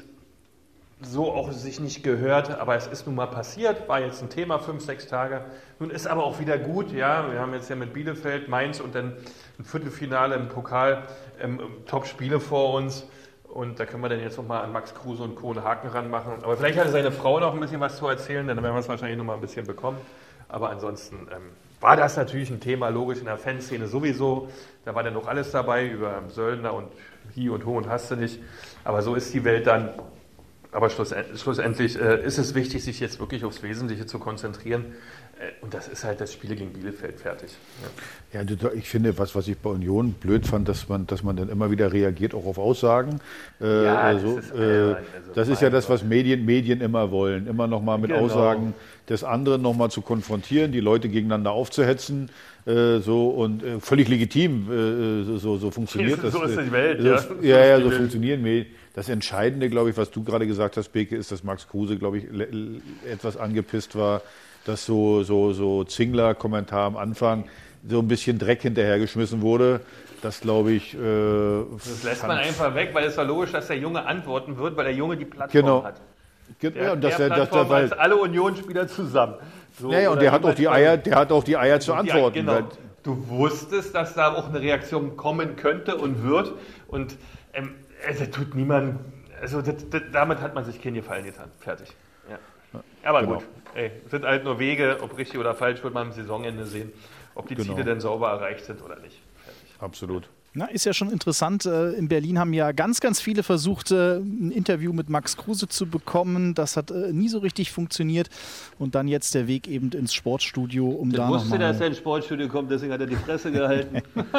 so auch sich nicht gehört, aber es ist nun mal passiert, war jetzt ein Thema, fünf, sechs Tage. Nun ist aber auch wieder gut, ja, wir haben jetzt ja mit Bielefeld, Mainz und dann ein Viertelfinale im Pokal, ähm, Top-Spiele vor uns und da können wir dann jetzt nochmal an Max Kruse und Co. einen Haken ranmachen. Aber vielleicht hat seine Frau noch ein bisschen was zu erzählen, dann werden wir es wahrscheinlich nochmal ein bisschen bekommen. Aber ansonsten ähm, war das natürlich ein Thema, logisch in der Fanszene sowieso. Da war dann noch alles dabei über Söldner und Hi und Ho und hast du nicht. Aber so ist die Welt dann. Aber schlussendlich äh, ist es wichtig, sich jetzt wirklich aufs Wesentliche zu konzentrieren. Äh, und das ist halt das Spiel gegen Bielefeld fertig. Ja, ja ich finde, was, was ich bei Union blöd fand, dass man, dass man dann immer wieder reagiert, auch auf Aussagen. Äh, ja, also, das ist, äh, also das ist ja das, was Medien, Medien immer wollen. Immer nochmal mit genau. Aussagen des anderen nochmal zu konfrontieren, die Leute gegeneinander aufzuhetzen. Äh, so und äh, völlig legitim, äh, so, so funktioniert das. So ist die Welt, äh, ja. So, ja, ja, so funktionieren Medien. Das Entscheidende, glaube ich, was du gerade gesagt hast, Beke, ist, dass Max Kruse, glaube ich, etwas angepisst war, dass so, so, so Zingler-Kommentar am Anfang so ein bisschen Dreck hinterhergeschmissen wurde. Das, glaube ich... Äh, das lässt man einfach weg, weil es war logisch, dass der Junge antworten wird, weil der Junge die Plattform genau. hat. Genau. Der, Ja, und dass der er, dass Plattform der, weil, als alle Unionsspieler zusammen. So, ja, ja, und der hat, auch die Eier, der hat auch die Eier zu antworten. Ja, genau. Du wusstest, dass da auch eine Reaktion kommen könnte und wird. Und ähm, es tut niemand... Also das, das, damit hat man sich keinen Gefallen getan. Fertig. Ja. Aber genau. gut, ey, sind halt nur Wege, ob richtig oder falsch, wird man am Saisonende sehen, ob die Genau. Ziele denn sauber erreicht sind oder nicht. Fertig. Absolut. Na, ist ja schon interessant. In Berlin haben ja ganz, ganz viele versucht, ein Interview mit Max Kruse zu bekommen. Das hat nie so richtig funktioniert. Und dann jetzt der Weg eben ins Sportstudio, um Der da wusste, nochmal... dass er ins Sportstudio kommt, deswegen hat er die Fresse gehalten.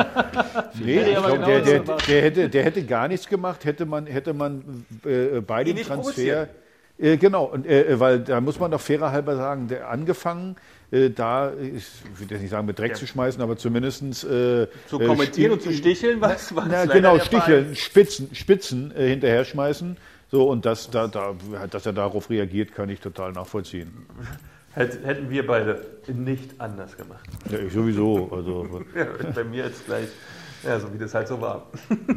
Nee, ich glaub, der, der, der, hätte, der hätte gar nichts gemacht, hätte man, hätte man äh, bei dem Transfer... Äh, genau, und, äh, weil da muss man doch fairer halber sagen, der angefangen... Äh, da, ich will jetzt nicht sagen, mit Dreck ja. zu schmeißen, aber zumindest äh, zu kommentieren äh, und zu sticheln, was, was na, genau, sticheln, Spitzen, Spitzen äh, hinterher schmeißen. So, und das, da, da, dass er darauf reagiert, kann ich total nachvollziehen. Hätten wir beide nicht anders gemacht. Ja, ich sowieso. Also. Ja, bei mir jetzt gleich, ja, so wie das halt so war.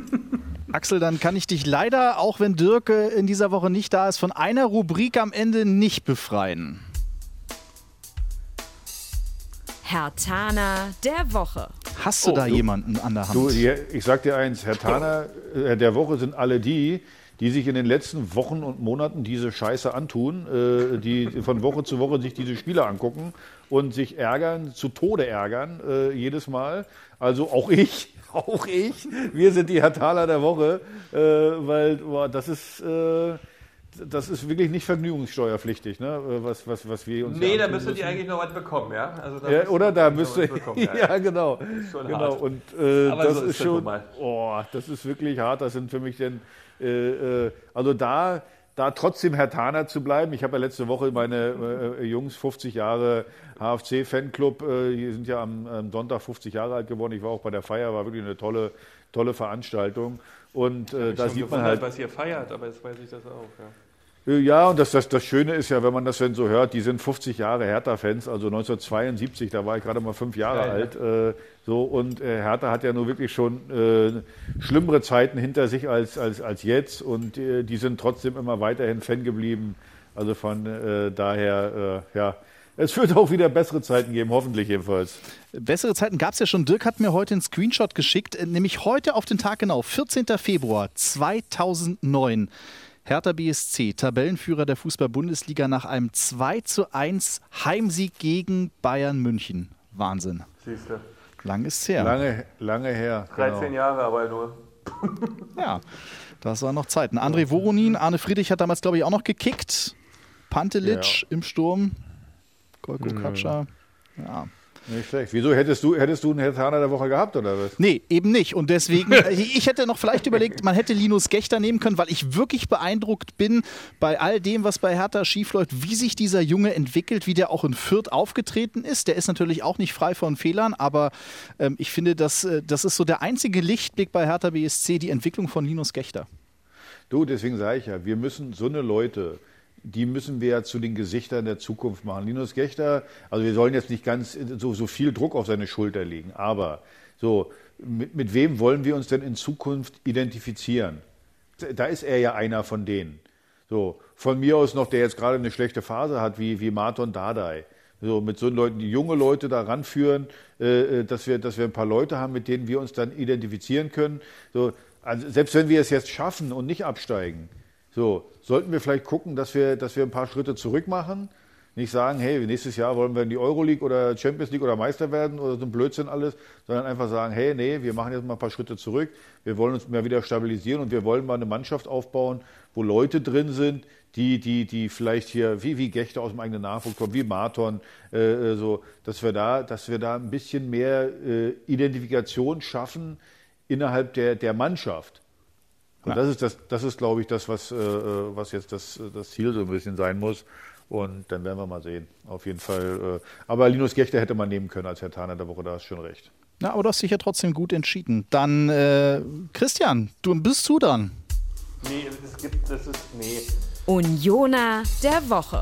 Axel, dann kann ich dich leider, auch wenn Dirk in dieser Woche nicht da ist, von einer Rubrik am Ende nicht befreien. Hertaner der Woche. Hast du oh, da du, jemanden an der Hand? Du, ich sag dir eins, Hertaner äh, der Woche sind alle die, die sich in den letzten Wochen und Monaten diese Scheiße antun, äh, die von Woche zu Woche sich diese Spiele angucken und sich ärgern, zu Tode ärgern, äh, jedes Mal. Also auch ich, auch ich, wir sind die Hertaner der Woche, äh, weil boah, das ist... Äh, Das ist wirklich nicht vergnügungssteuerpflichtig, ne? was, was, was wir uns Nee, da müsstet ihr eigentlich noch was bekommen, ja? Also da ja oder da müsste ja, ja, genau. Schon genau. Hart. Und äh, das so ist, ist schon, oh, das ist wirklich hart. Das sind für mich denn, äh, äh, also da, da trotzdem Herthaner zu bleiben. Ich habe ja letzte Woche meine äh, Jungs, fünfzig Jahre H F C-Fanclub, äh, die sind ja am, am Sonntag fünfzig Jahre alt geworden. Ich war auch bei der Feier, war wirklich eine tolle, tolle Veranstaltung. Und äh, da sieht man halt, was ihr feiert, aber jetzt weiß ich das auch. Ja. Ja, und das, das, das Schöne ist ja, wenn man das dann so hört, die sind fünfzig Jahre Hertha-Fans, also neunzehnhundertzweiundsiebzig, da war ich gerade mal fünf Jahre Geil, alt. Ja. Äh, so, und äh, Hertha hat ja nur wirklich schon äh, schlimmere Zeiten hinter sich als, als, als jetzt und äh, die sind trotzdem immer weiterhin Fan geblieben. Also von äh, daher, äh, ja, es wird auch wieder bessere Zeiten geben, hoffentlich jedenfalls. Bessere Zeiten gab es ja schon. Dirk hat mir heute einen Screenshot geschickt, nämlich heute auf den Tag genau, vierzehnten Februar zweitausendneun. Hertha B S C, Tabellenführer der Fußball-Bundesliga nach einem zwei zu eins Heimsieg gegen Bayern München. Wahnsinn. Siehst du. Lang ist's her. Lange, lange her. dreizehn genau. Jahre aber nur. Ja, das waren noch Zeiten. André Voronin, Arne Friedrich hat damals, glaube ich, auch noch gekickt. Pantelic ja. im Sturm. Golko mhm. Katscha. Ja. Nicht schlecht. Wieso hättest du, hättest du einen Herthaner der Woche gehabt, oder was? Nee, eben nicht. Und deswegen, ich hätte noch vielleicht überlegt, man hätte Linus Gächter nehmen können, weil ich wirklich beeindruckt bin bei all dem, was bei Hertha schiefläuft, wie sich dieser Junge entwickelt, wie der auch in Fürth aufgetreten ist. Der ist natürlich auch nicht frei von Fehlern, aber ähm, ich finde, das, das ist so der einzige Lichtblick bei Hertha B S C, die Entwicklung von Linus Gächter. Du, deswegen sage ich ja, wir müssen so eine Leute... die müssen wir ja zu den Gesichtern der Zukunft machen. Linus Gächter, also wir sollen jetzt nicht ganz so, so viel Druck auf seine Schulter legen, aber so, mit, mit wem wollen wir uns denn in Zukunft identifizieren? Da ist er ja einer von denen. So, von mir aus noch, der jetzt gerade eine schlechte Phase hat, wie, wie Marton Dardai. So, mit so Leuten, die junge Leute da ranführen, äh, dass wir, dass wir ein paar Leute haben, mit denen wir uns dann identifizieren können. So, also selbst wenn wir es jetzt schaffen und nicht absteigen, so, sollten wir vielleicht gucken, dass wir, dass wir ein paar Schritte zurück machen. Nicht sagen, hey, nächstes Jahr wollen wir in die Euroleague oder Champions League oder Meister werden oder so ein Blödsinn alles, sondern einfach sagen, hey, nee, wir machen jetzt mal ein paar Schritte zurück. Wir wollen uns mal wieder stabilisieren und wir wollen mal eine Mannschaft aufbauen, wo Leute drin sind, die, die, die vielleicht hier, wie, wie Gächter aus dem eigenen Nachwuchs kommen, wie Marton, äh, so, dass wir da, dass wir da ein bisschen mehr äh, Identifikation schaffen innerhalb der, der Mannschaft. Und das ist, das, das ist, glaube ich, das, was, äh, was jetzt das, das Ziel so ein bisschen sein muss. Und dann werden wir mal sehen. Auf jeden Fall. Äh, aber Linus Gächter hätte man nehmen können als Herthaner der Woche, da hast du schon recht. Na, aber du hast dich ja trotzdem gut entschieden. Dann, äh, Christian, du bist du dran. Nee, es gibt, das ist, nee. Unioner der Woche.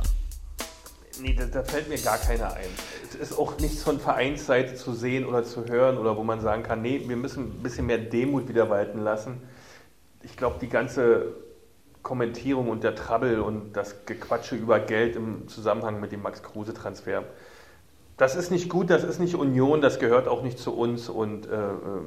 Nee, da, da fällt mir gar keiner ein. Es ist auch nichts von Vereinsseite zu sehen oder zu hören oder wo man sagen kann, nee, wir müssen ein bisschen mehr Demut wieder walten lassen. Ich glaube, die ganze Kommentierung und der Trouble und das Gequatsche über Geld im Zusammenhang mit dem Max-Kruse-Transfer, das ist nicht gut, das ist nicht Union, das gehört auch nicht zu uns und äh,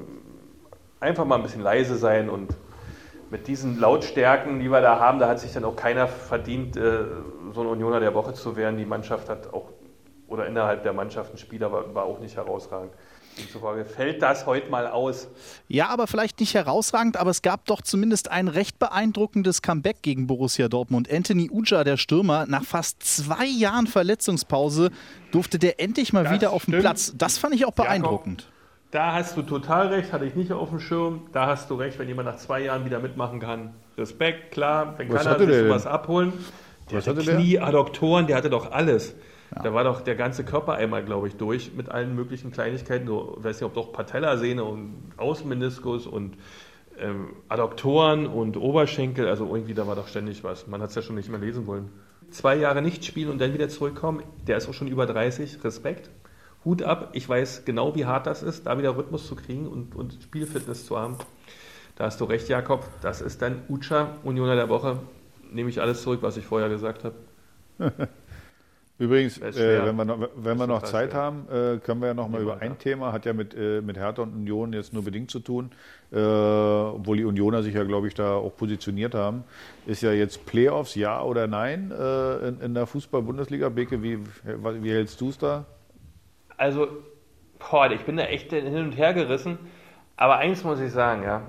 einfach mal ein bisschen leise sein und mit diesen Lautstärken, die wir da haben, da hat sich dann auch keiner verdient, äh, so ein Unioner der Woche zu werden. Die Mannschaft hat auch, oder innerhalb der Mannschaft ein Spieler war, war auch nicht herausragend. Demzufolge fällt das heute mal aus. Ja, aber vielleicht nicht herausragend, aber es gab doch zumindest ein recht beeindruckendes Comeback gegen Borussia Dortmund. Anthony Ujah, der Stürmer, nach fast zwei Jahren Verletzungspause durfte der endlich mal das wieder auf den Platz. Das fand ich auch beeindruckend. Jakob, da hast du total recht, hatte ich nicht auf dem Schirm. Da hast du recht, wenn jemand nach zwei Jahren wieder mitmachen kann. Respekt, klar, dann kann er sich was abholen. Der was hatte Knie, der? Adduktoren, der hatte doch alles. Ja. Da war doch der ganze Körper einmal, glaube ich, durch mit allen möglichen Kleinigkeiten. So, ich weiß nicht, ob doch Patellasehne und Außenmeniskus und ähm, Adduktoren und Oberschenkel. Also irgendwie, da war doch ständig was. Man hat es ja schon nicht mehr lesen wollen. Zwei Jahre nicht spielen und dann wieder zurückkommen. Der ist auch schon über dreißig. Respekt. Hut ab. Ich weiß genau, wie hart das ist, da wieder Rhythmus zu kriegen und, und Spielfitness zu haben. Da hast du recht, Jakob. Das ist dann Ujah, Unioner der Woche. Nehme ich alles zurück, was ich vorher gesagt habe. Übrigens, äh, wenn wir noch, wenn wir noch Zeit schwer. haben, äh, können wir ja noch mal über ein Thema, hat ja mit, äh, mit Hertha und Union jetzt nur bedingt zu tun, äh, obwohl die Unioner sich ja, glaube ich, da auch positioniert haben, ist ja jetzt Playoffs, ja oder nein äh, in, in der Fußball-Bundesliga. Beke, wie, wie hältst du es da? Also, boah, ich bin da echt hin und her gerissen, aber eins muss ich sagen, ja,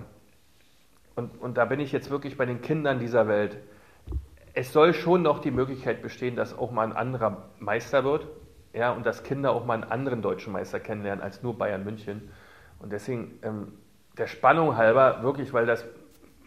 und, und da bin ich jetzt wirklich bei den Kindern dieser Welt. Es soll schon noch die Möglichkeit bestehen, dass auch mal ein anderer Meister wird, ja, und dass Kinder auch mal einen anderen deutschen Meister kennenlernen als nur Bayern München. Und deswegen, ähm, der Spannung halber, wirklich, weil das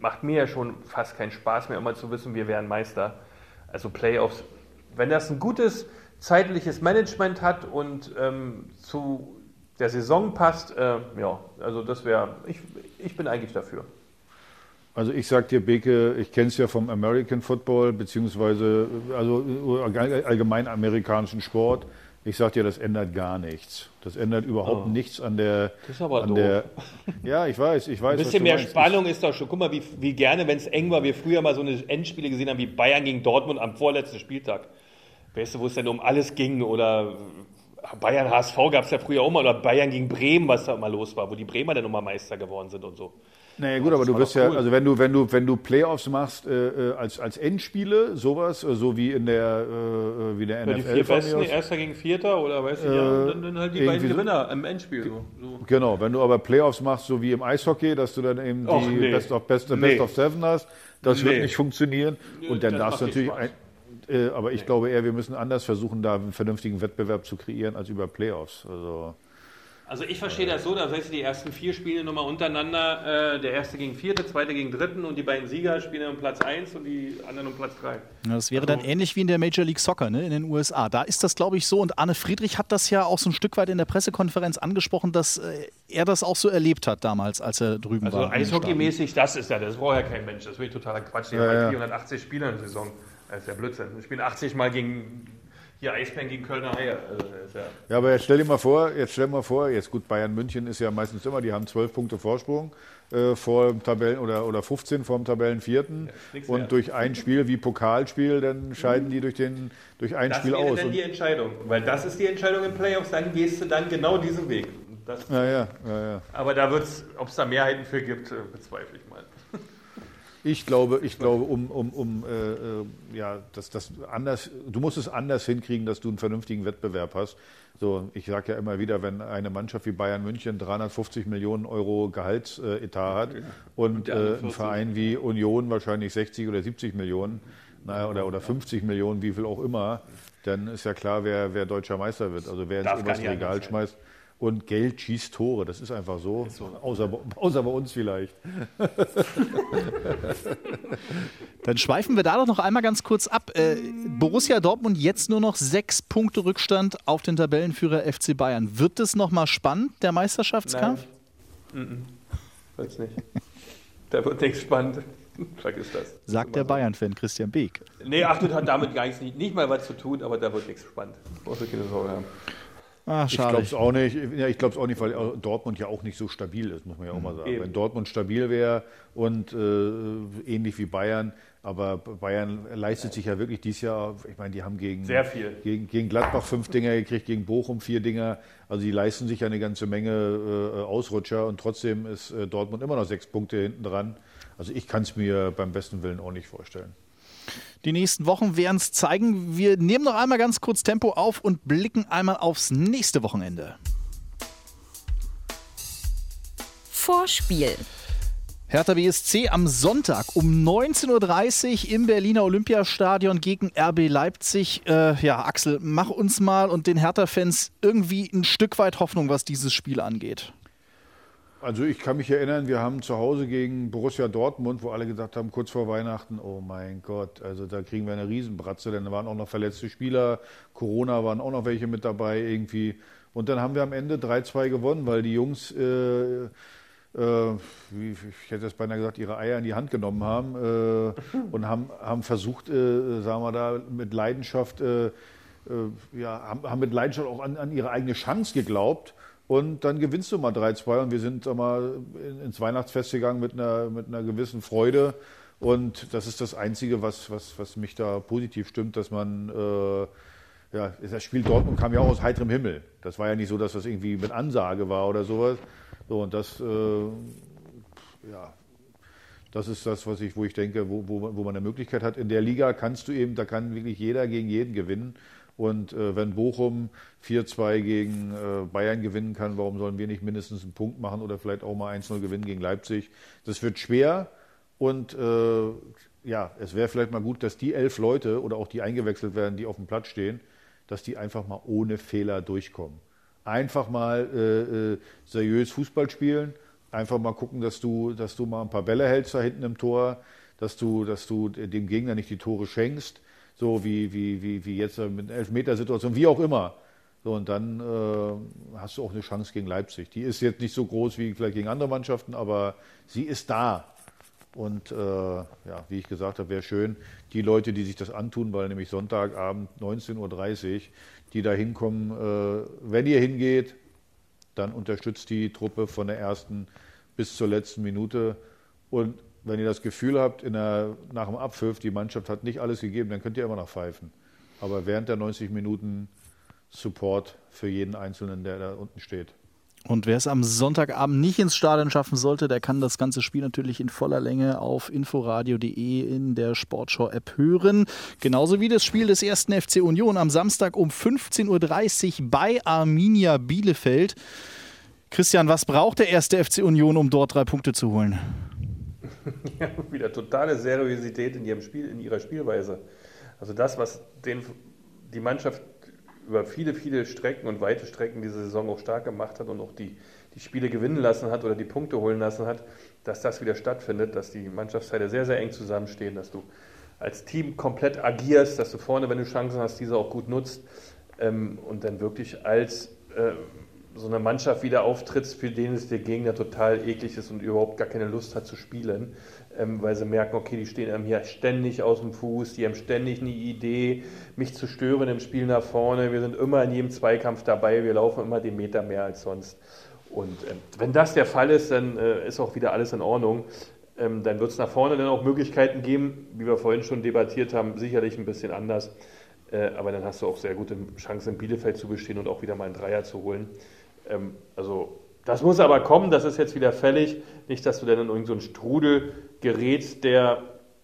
macht mir ja schon fast keinen Spaß mehr, immer zu wissen, wir wären Meister. Also Playoffs, wenn das ein gutes zeitliches Management hat und ähm, zu der Saison passt, äh, ja, also das wäre, ich, ich bin eigentlich dafür. Also ich sag dir, Beke, ich kenne es ja vom American Football, beziehungsweise also allgemein amerikanischen Sport. Ich sag dir, das ändert gar nichts. Das ändert überhaupt oh. nichts an der... Das ist aber an doof. Der, ja, ich weiß, ich weiß, Ein bisschen mehr Spannung ist doch schon. Guck mal, wie, wie gerne, wenn es eng war, wir früher mal so eine Endspiele gesehen haben, wie Bayern gegen Dortmund am vorletzten Spieltag. Weißt du, wo es denn um alles ging? Oder Bayern H S V gab es ja früher auch mal. Oder Bayern gegen Bremen, was da mal los war, wo die Bremer dann immer Meister geworden sind und so. Naja gut, aber du wirst ja, cool. also wenn du, wenn du, wenn du Playoffs machst äh, als, als Endspiele, sowas, äh, so wie in der, äh, wie der N F L. Ja, die vier Besten, Erster gegen Vierter oder weißt du, äh, ja, dann, dann halt die beiden Gewinner im Endspiel. So. So. Genau, wenn du aber Playoffs machst, so wie im Eishockey, dass du dann eben Och, die nee. Best of Best, nee. Best of Seven hast, das nee. wird nicht funktionieren. Und dann das darfst du natürlich, ein, äh, aber ich nee. glaube eher, wir müssen anders versuchen, da einen vernünftigen Wettbewerb zu kreieren als über Playoffs. Also Also ich verstehe das so, da heißt die ersten vier Spiele nochmal untereinander, äh, der erste gegen vierte, zweite gegen dritten und die beiden Sieger spielen um Platz eins und die anderen um Platz drei. Ja, das wäre also, dann ähnlich wie in der Major League Soccer, ne, in den U S A. Da ist das, glaube ich, so. Und Arne Friedrich hat das ja auch so ein Stück weit in der Pressekonferenz angesprochen, dass äh, er das auch so erlebt hat damals, als er drüben also war. Also Eishockeymäßig, das ist ja, das braucht ja kein Mensch. Das ist wirklich totaler Quatsch. Die ja, haben halt ja. vierhundertachtzig Spieler in der Saison. Das ist ja Blödsinn. Wir spielen achtzig Mal gegen... Hier Eisbären gegen Kölner Haie. Also ja, ja, aber jetzt stell dir mal vor, jetzt stell dir mal vor, jetzt gut, Bayern München ist ja meistens immer, die haben zwölf Punkte Vorsprung äh, vor dem Tabellen oder, oder fünfzehn vor dem Tabellenvierten. Ja, und mehr. Durch ein Spiel wie Pokalspiel, dann scheiden die durch, den, durch ein das Spiel wäre aus. Dann die Entscheidung, weil das ist die Entscheidung in Playoffs, dann gehst du dann genau diesen Weg. Das, ja, ja, ja, ja. Aber da wird's, ob es da Mehrheiten für gibt, bezweifle ich mal. Ich glaube, ich glaube, um, um, um äh, ja, das, das anders, du musst es anders hinkriegen, dass du einen vernünftigen Wettbewerb hast. So, ich sage ja immer wieder, wenn eine Mannschaft wie Bayern München dreihundertfünfzig Millionen Euro Gehaltsetat hat und, und äh, ein Verein wie Union wahrscheinlich sechzig oder siebzig Millionen, naja, oder, oder fünfzig Millionen, wie viel auch immer, dann ist ja klar, wer, wer deutscher Meister wird. Also wer ins oberste Regal schmeißt. Und Geld schießt Tore, das ist einfach so, ist so. Außer, außer bei uns vielleicht. Dann schweifen wir da doch noch einmal ganz kurz ab. Äh, Borussia Dortmund jetzt nur noch sechs Punkte Rückstand auf den Tabellenführer F C Bayern. Wird es nochmal spannend, der Meisterschaftskampf? Nein, weiß nicht. Da wird nichts spannend. Vergiss das. Sagt der Bayern-Fan Christian Beek. Nee, ach, das hat damit gar nicht, nicht mal was zu tun, aber da wird nichts spannend. Brauchst du keine Sorge haben. Ach, ich glaube es auch nicht. Ja, ich glaube es auch nicht, weil Dortmund ja auch nicht so stabil ist, muss man ja auch mal sagen. Eben. Wenn Dortmund stabil wäre und äh, ähnlich wie Bayern, aber Bayern leistet sich ja wirklich dieses Jahr, ich meine, die haben gegen, Sehr viel. gegen, gegen Gladbach fünf Dinger gekriegt, gegen Bochum vier Dinger. Also die leisten sich ja eine ganze Menge äh, Ausrutscher und trotzdem ist äh, Dortmund immer noch sechs Punkte hinten dran. Also ich kann es mir beim besten Willen auch nicht vorstellen. Die nächsten Wochen werden es zeigen. Wir nehmen noch einmal ganz kurz Tempo auf und blicken einmal aufs nächste Wochenende. Vorspiel. Hertha B S C am Sonntag um neunzehn Uhr dreißig im Berliner Olympiastadion gegen R B Leipzig. Äh, ja, Axel, mach uns mal und den Hertha-Fans irgendwie ein Stück weit Hoffnung, was dieses Spiel angeht. Also ich kann mich erinnern, wir haben zu Hause gegen Borussia Dortmund, wo alle gesagt haben, kurz vor Weihnachten, oh mein Gott, also da kriegen wir eine Riesenbratze, denn da waren auch noch verletzte Spieler, Corona waren auch noch welche mit dabei irgendwie. Und dann haben wir am Ende drei zwei gewonnen, weil die Jungs, äh, äh, wie, ich hätte jetzt beinahe gesagt, ihre Eier in die Hand genommen haben äh, und haben, haben versucht, äh, sagen wir da, mit Leidenschaft, äh, äh, ja, haben, haben mit Leidenschaft auch an, an ihre eigene Chance geglaubt. Und dann gewinnst du mal drei zwei und wir sind sag mal, ins Weihnachtsfest gegangen mit einer, mit einer gewissen Freude. Und das ist das Einzige, was, was, was mich da positiv stimmt, dass man, äh, ja, das Spiel Dortmund kam ja auch aus heiterem Himmel. Das war ja nicht so, dass das irgendwie mit Ansage war oder sowas. So, und das, äh, ja, das ist das, was ich, wo ich denke, wo, wo, wo man eine Möglichkeit hat. In der Liga kannst du eben, da kann wirklich jeder gegen jeden gewinnen. Und äh, wenn Bochum vier zwei gegen äh, Bayern gewinnen kann, warum sollen wir nicht mindestens einen Punkt machen oder vielleicht auch mal eins null gewinnen gegen Leipzig? Das wird schwer und äh, ja, es wäre vielleicht mal gut, dass die elf Leute oder auch die eingewechselt werden, die auf dem Platz stehen, dass die einfach mal ohne Fehler durchkommen. Einfach mal äh, äh, seriös Fußball spielen, einfach mal gucken, dass du, dass du mal ein paar Bälle hältst da hinten im Tor, dass du, dass du dem Gegner nicht die Tore schenkst, so wie, wie, wie, wie jetzt mit Elfmetersituation, wie auch immer. So, und dann äh, hast du auch eine Chance gegen Leipzig. Die ist jetzt nicht so groß wie vielleicht gegen andere Mannschaften, aber sie ist da. Und äh, ja, wie ich gesagt habe, wäre schön, die Leute, die sich das antun, weil nämlich Sonntagabend neunzehn Uhr dreißig, die da hinkommen, äh, wenn ihr hingeht, dann unterstützt die Truppe von der ersten bis zur letzten Minute. Und wenn ihr das Gefühl habt, in der, nach dem Abpfiff, die Mannschaft hat nicht alles gegeben, dann könnt ihr immer noch pfeifen. Aber während der neunzig Minuten Support für jeden Einzelnen, der da unten steht. Und wer es am Sonntagabend nicht ins Stadion schaffen sollte, der kann das ganze Spiel natürlich in voller Länge auf inforadio punkt de in der Sportschau-App hören. Genauso wie das Spiel des ersten F C Union am Samstag um fünfzehn Uhr dreißig bei Arminia Bielefeld. Christian, was braucht der erste F C Union, um dort drei Punkte zu holen? Ja, wieder totale Seriosität in ihrem Spiel, in ihrer Spielweise. Also das, was den, die Mannschaft über viele, viele Strecken und weite Strecken diese Saison auch stark gemacht hat und auch die, die Spiele gewinnen lassen hat oder die Punkte holen lassen hat, dass das wieder stattfindet, dass die Mannschaftsteile sehr, sehr eng zusammenstehen, dass du als Team komplett agierst, dass du vorne, wenn du Chancen hast, diese auch gut nutzt ähm, und dann wirklich als äh, so eine Mannschaft wieder auftrittst, für den es der Gegner total eklig ist und überhaupt gar keine Lust hat zu spielen, ähm, weil sie merken, okay, die stehen einem hier ständig aus dem Fuß, die haben ständig eine Idee, mich zu stören im Spiel nach vorne, wir sind immer in jedem Zweikampf dabei, wir laufen immer den Meter mehr als sonst. Und ähm, wenn das der Fall ist, dann äh, ist auch wieder alles in Ordnung. Ähm, dann wird es nach vorne dann auch Möglichkeiten geben, wie wir vorhin schon debattiert haben, sicherlich ein bisschen anders. Äh, aber dann hast du auch sehr gute Chancen, in Bielefeld zu bestehen und auch wieder mal einen Dreier zu holen. Ähm, also das muss aber kommen, das ist jetzt wieder fällig. Nicht, dass du dann in irgendeinen so Strudel gerätst, der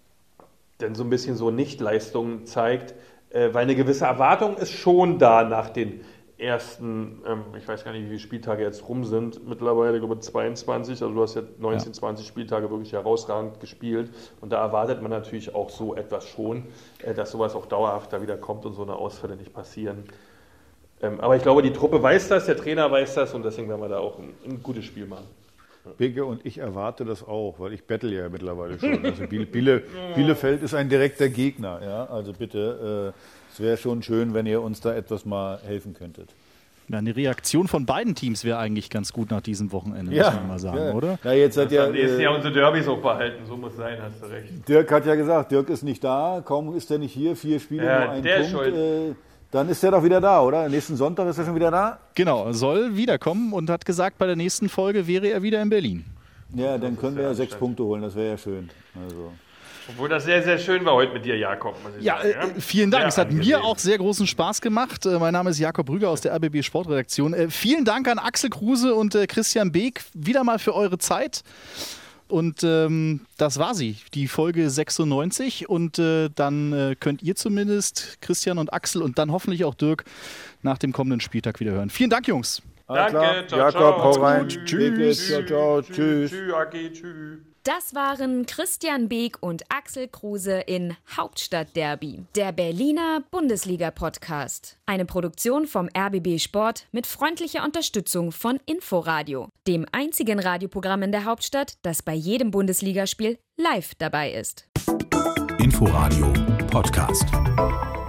dann so ein bisschen so Nichtleistungen zeigt, äh, weil eine gewisse Erwartung ist schon da nach den ersten, ähm, ich weiß gar nicht, wie viele Spieltage jetzt rum sind, mittlerweile, ich glaube zweiundzwanzig, also du hast ja neunzehn, zwanzig Spieltage wirklich herausragend gespielt und da erwartet man natürlich auch so etwas schon, äh, dass sowas auch dauerhaft da wieder kommt und so eine Ausfälle nicht passieren. Ähm, aber ich glaube, die Truppe weiß das, der Trainer weiß das und deswegen werden wir da auch ein, ein gutes Spiel machen. Bigge, und ich erwarte das auch, weil ich bettel ja mittlerweile schon. Also Biele, Biele, Bielefeld ist ein direkter Gegner. Ja? Also bitte, äh, es wäre schon schön, wenn ihr uns da etwas mal helfen könntet. Ja, eine Reaktion von beiden Teams wäre eigentlich ganz gut nach diesem Wochenende, ja, muss man mal sagen, ja. oder? Ja, jetzt hat ja, am nächsten Jahr unsere Derbys auch behalten, so muss sein, hast du recht. Dirk hat ja gesagt, Dirk ist nicht da, kaum ist er nicht hier, vier Spiele, ja, nur ein der Punkt. Schuld. Äh, Dann ist er doch wieder da, oder? Nächsten Sonntag ist er schon wieder da? Genau, soll wiederkommen und hat gesagt, bei der nächsten Folge wäre er wieder in Berlin. Ja, dann können wir ja sechs Punkte holen, das wäre ja schön. Also. Obwohl das sehr, sehr schön war heute mit dir, Jakob. Muss ich ja, sagen, ja, äh, vielen Dank. sehr es hat angenehm. mir auch sehr großen Spaß gemacht. Äh, mein Name ist Jakob Brügger aus der R B B Sportredaktion. Äh, vielen Dank an Axel Kruse und äh, Christian Beek wieder mal für eure Zeit. Und ähm, das war sie, die Folge sechsundneunzig. Und äh, dann äh, könnt ihr zumindest Christian und Axel und dann hoffentlich auch Dirk nach dem kommenden Spieltag wieder hören. Vielen Dank, Jungs. Danke, ciao, Jakob, ciao. hau rein. Tschüss. Tschüss. Ciao, ciao. Tschüss. Tschüss, okay, tschüss. Das waren Christian Beek und Axel Kruse in Hauptstadtderby, der Berliner Bundesliga-Podcast. Eine Produktion vom R B B Sport mit freundlicher Unterstützung von Inforadio, dem einzigen Radioprogramm in der Hauptstadt, das bei jedem Bundesligaspiel live dabei ist. Inforadio Podcast.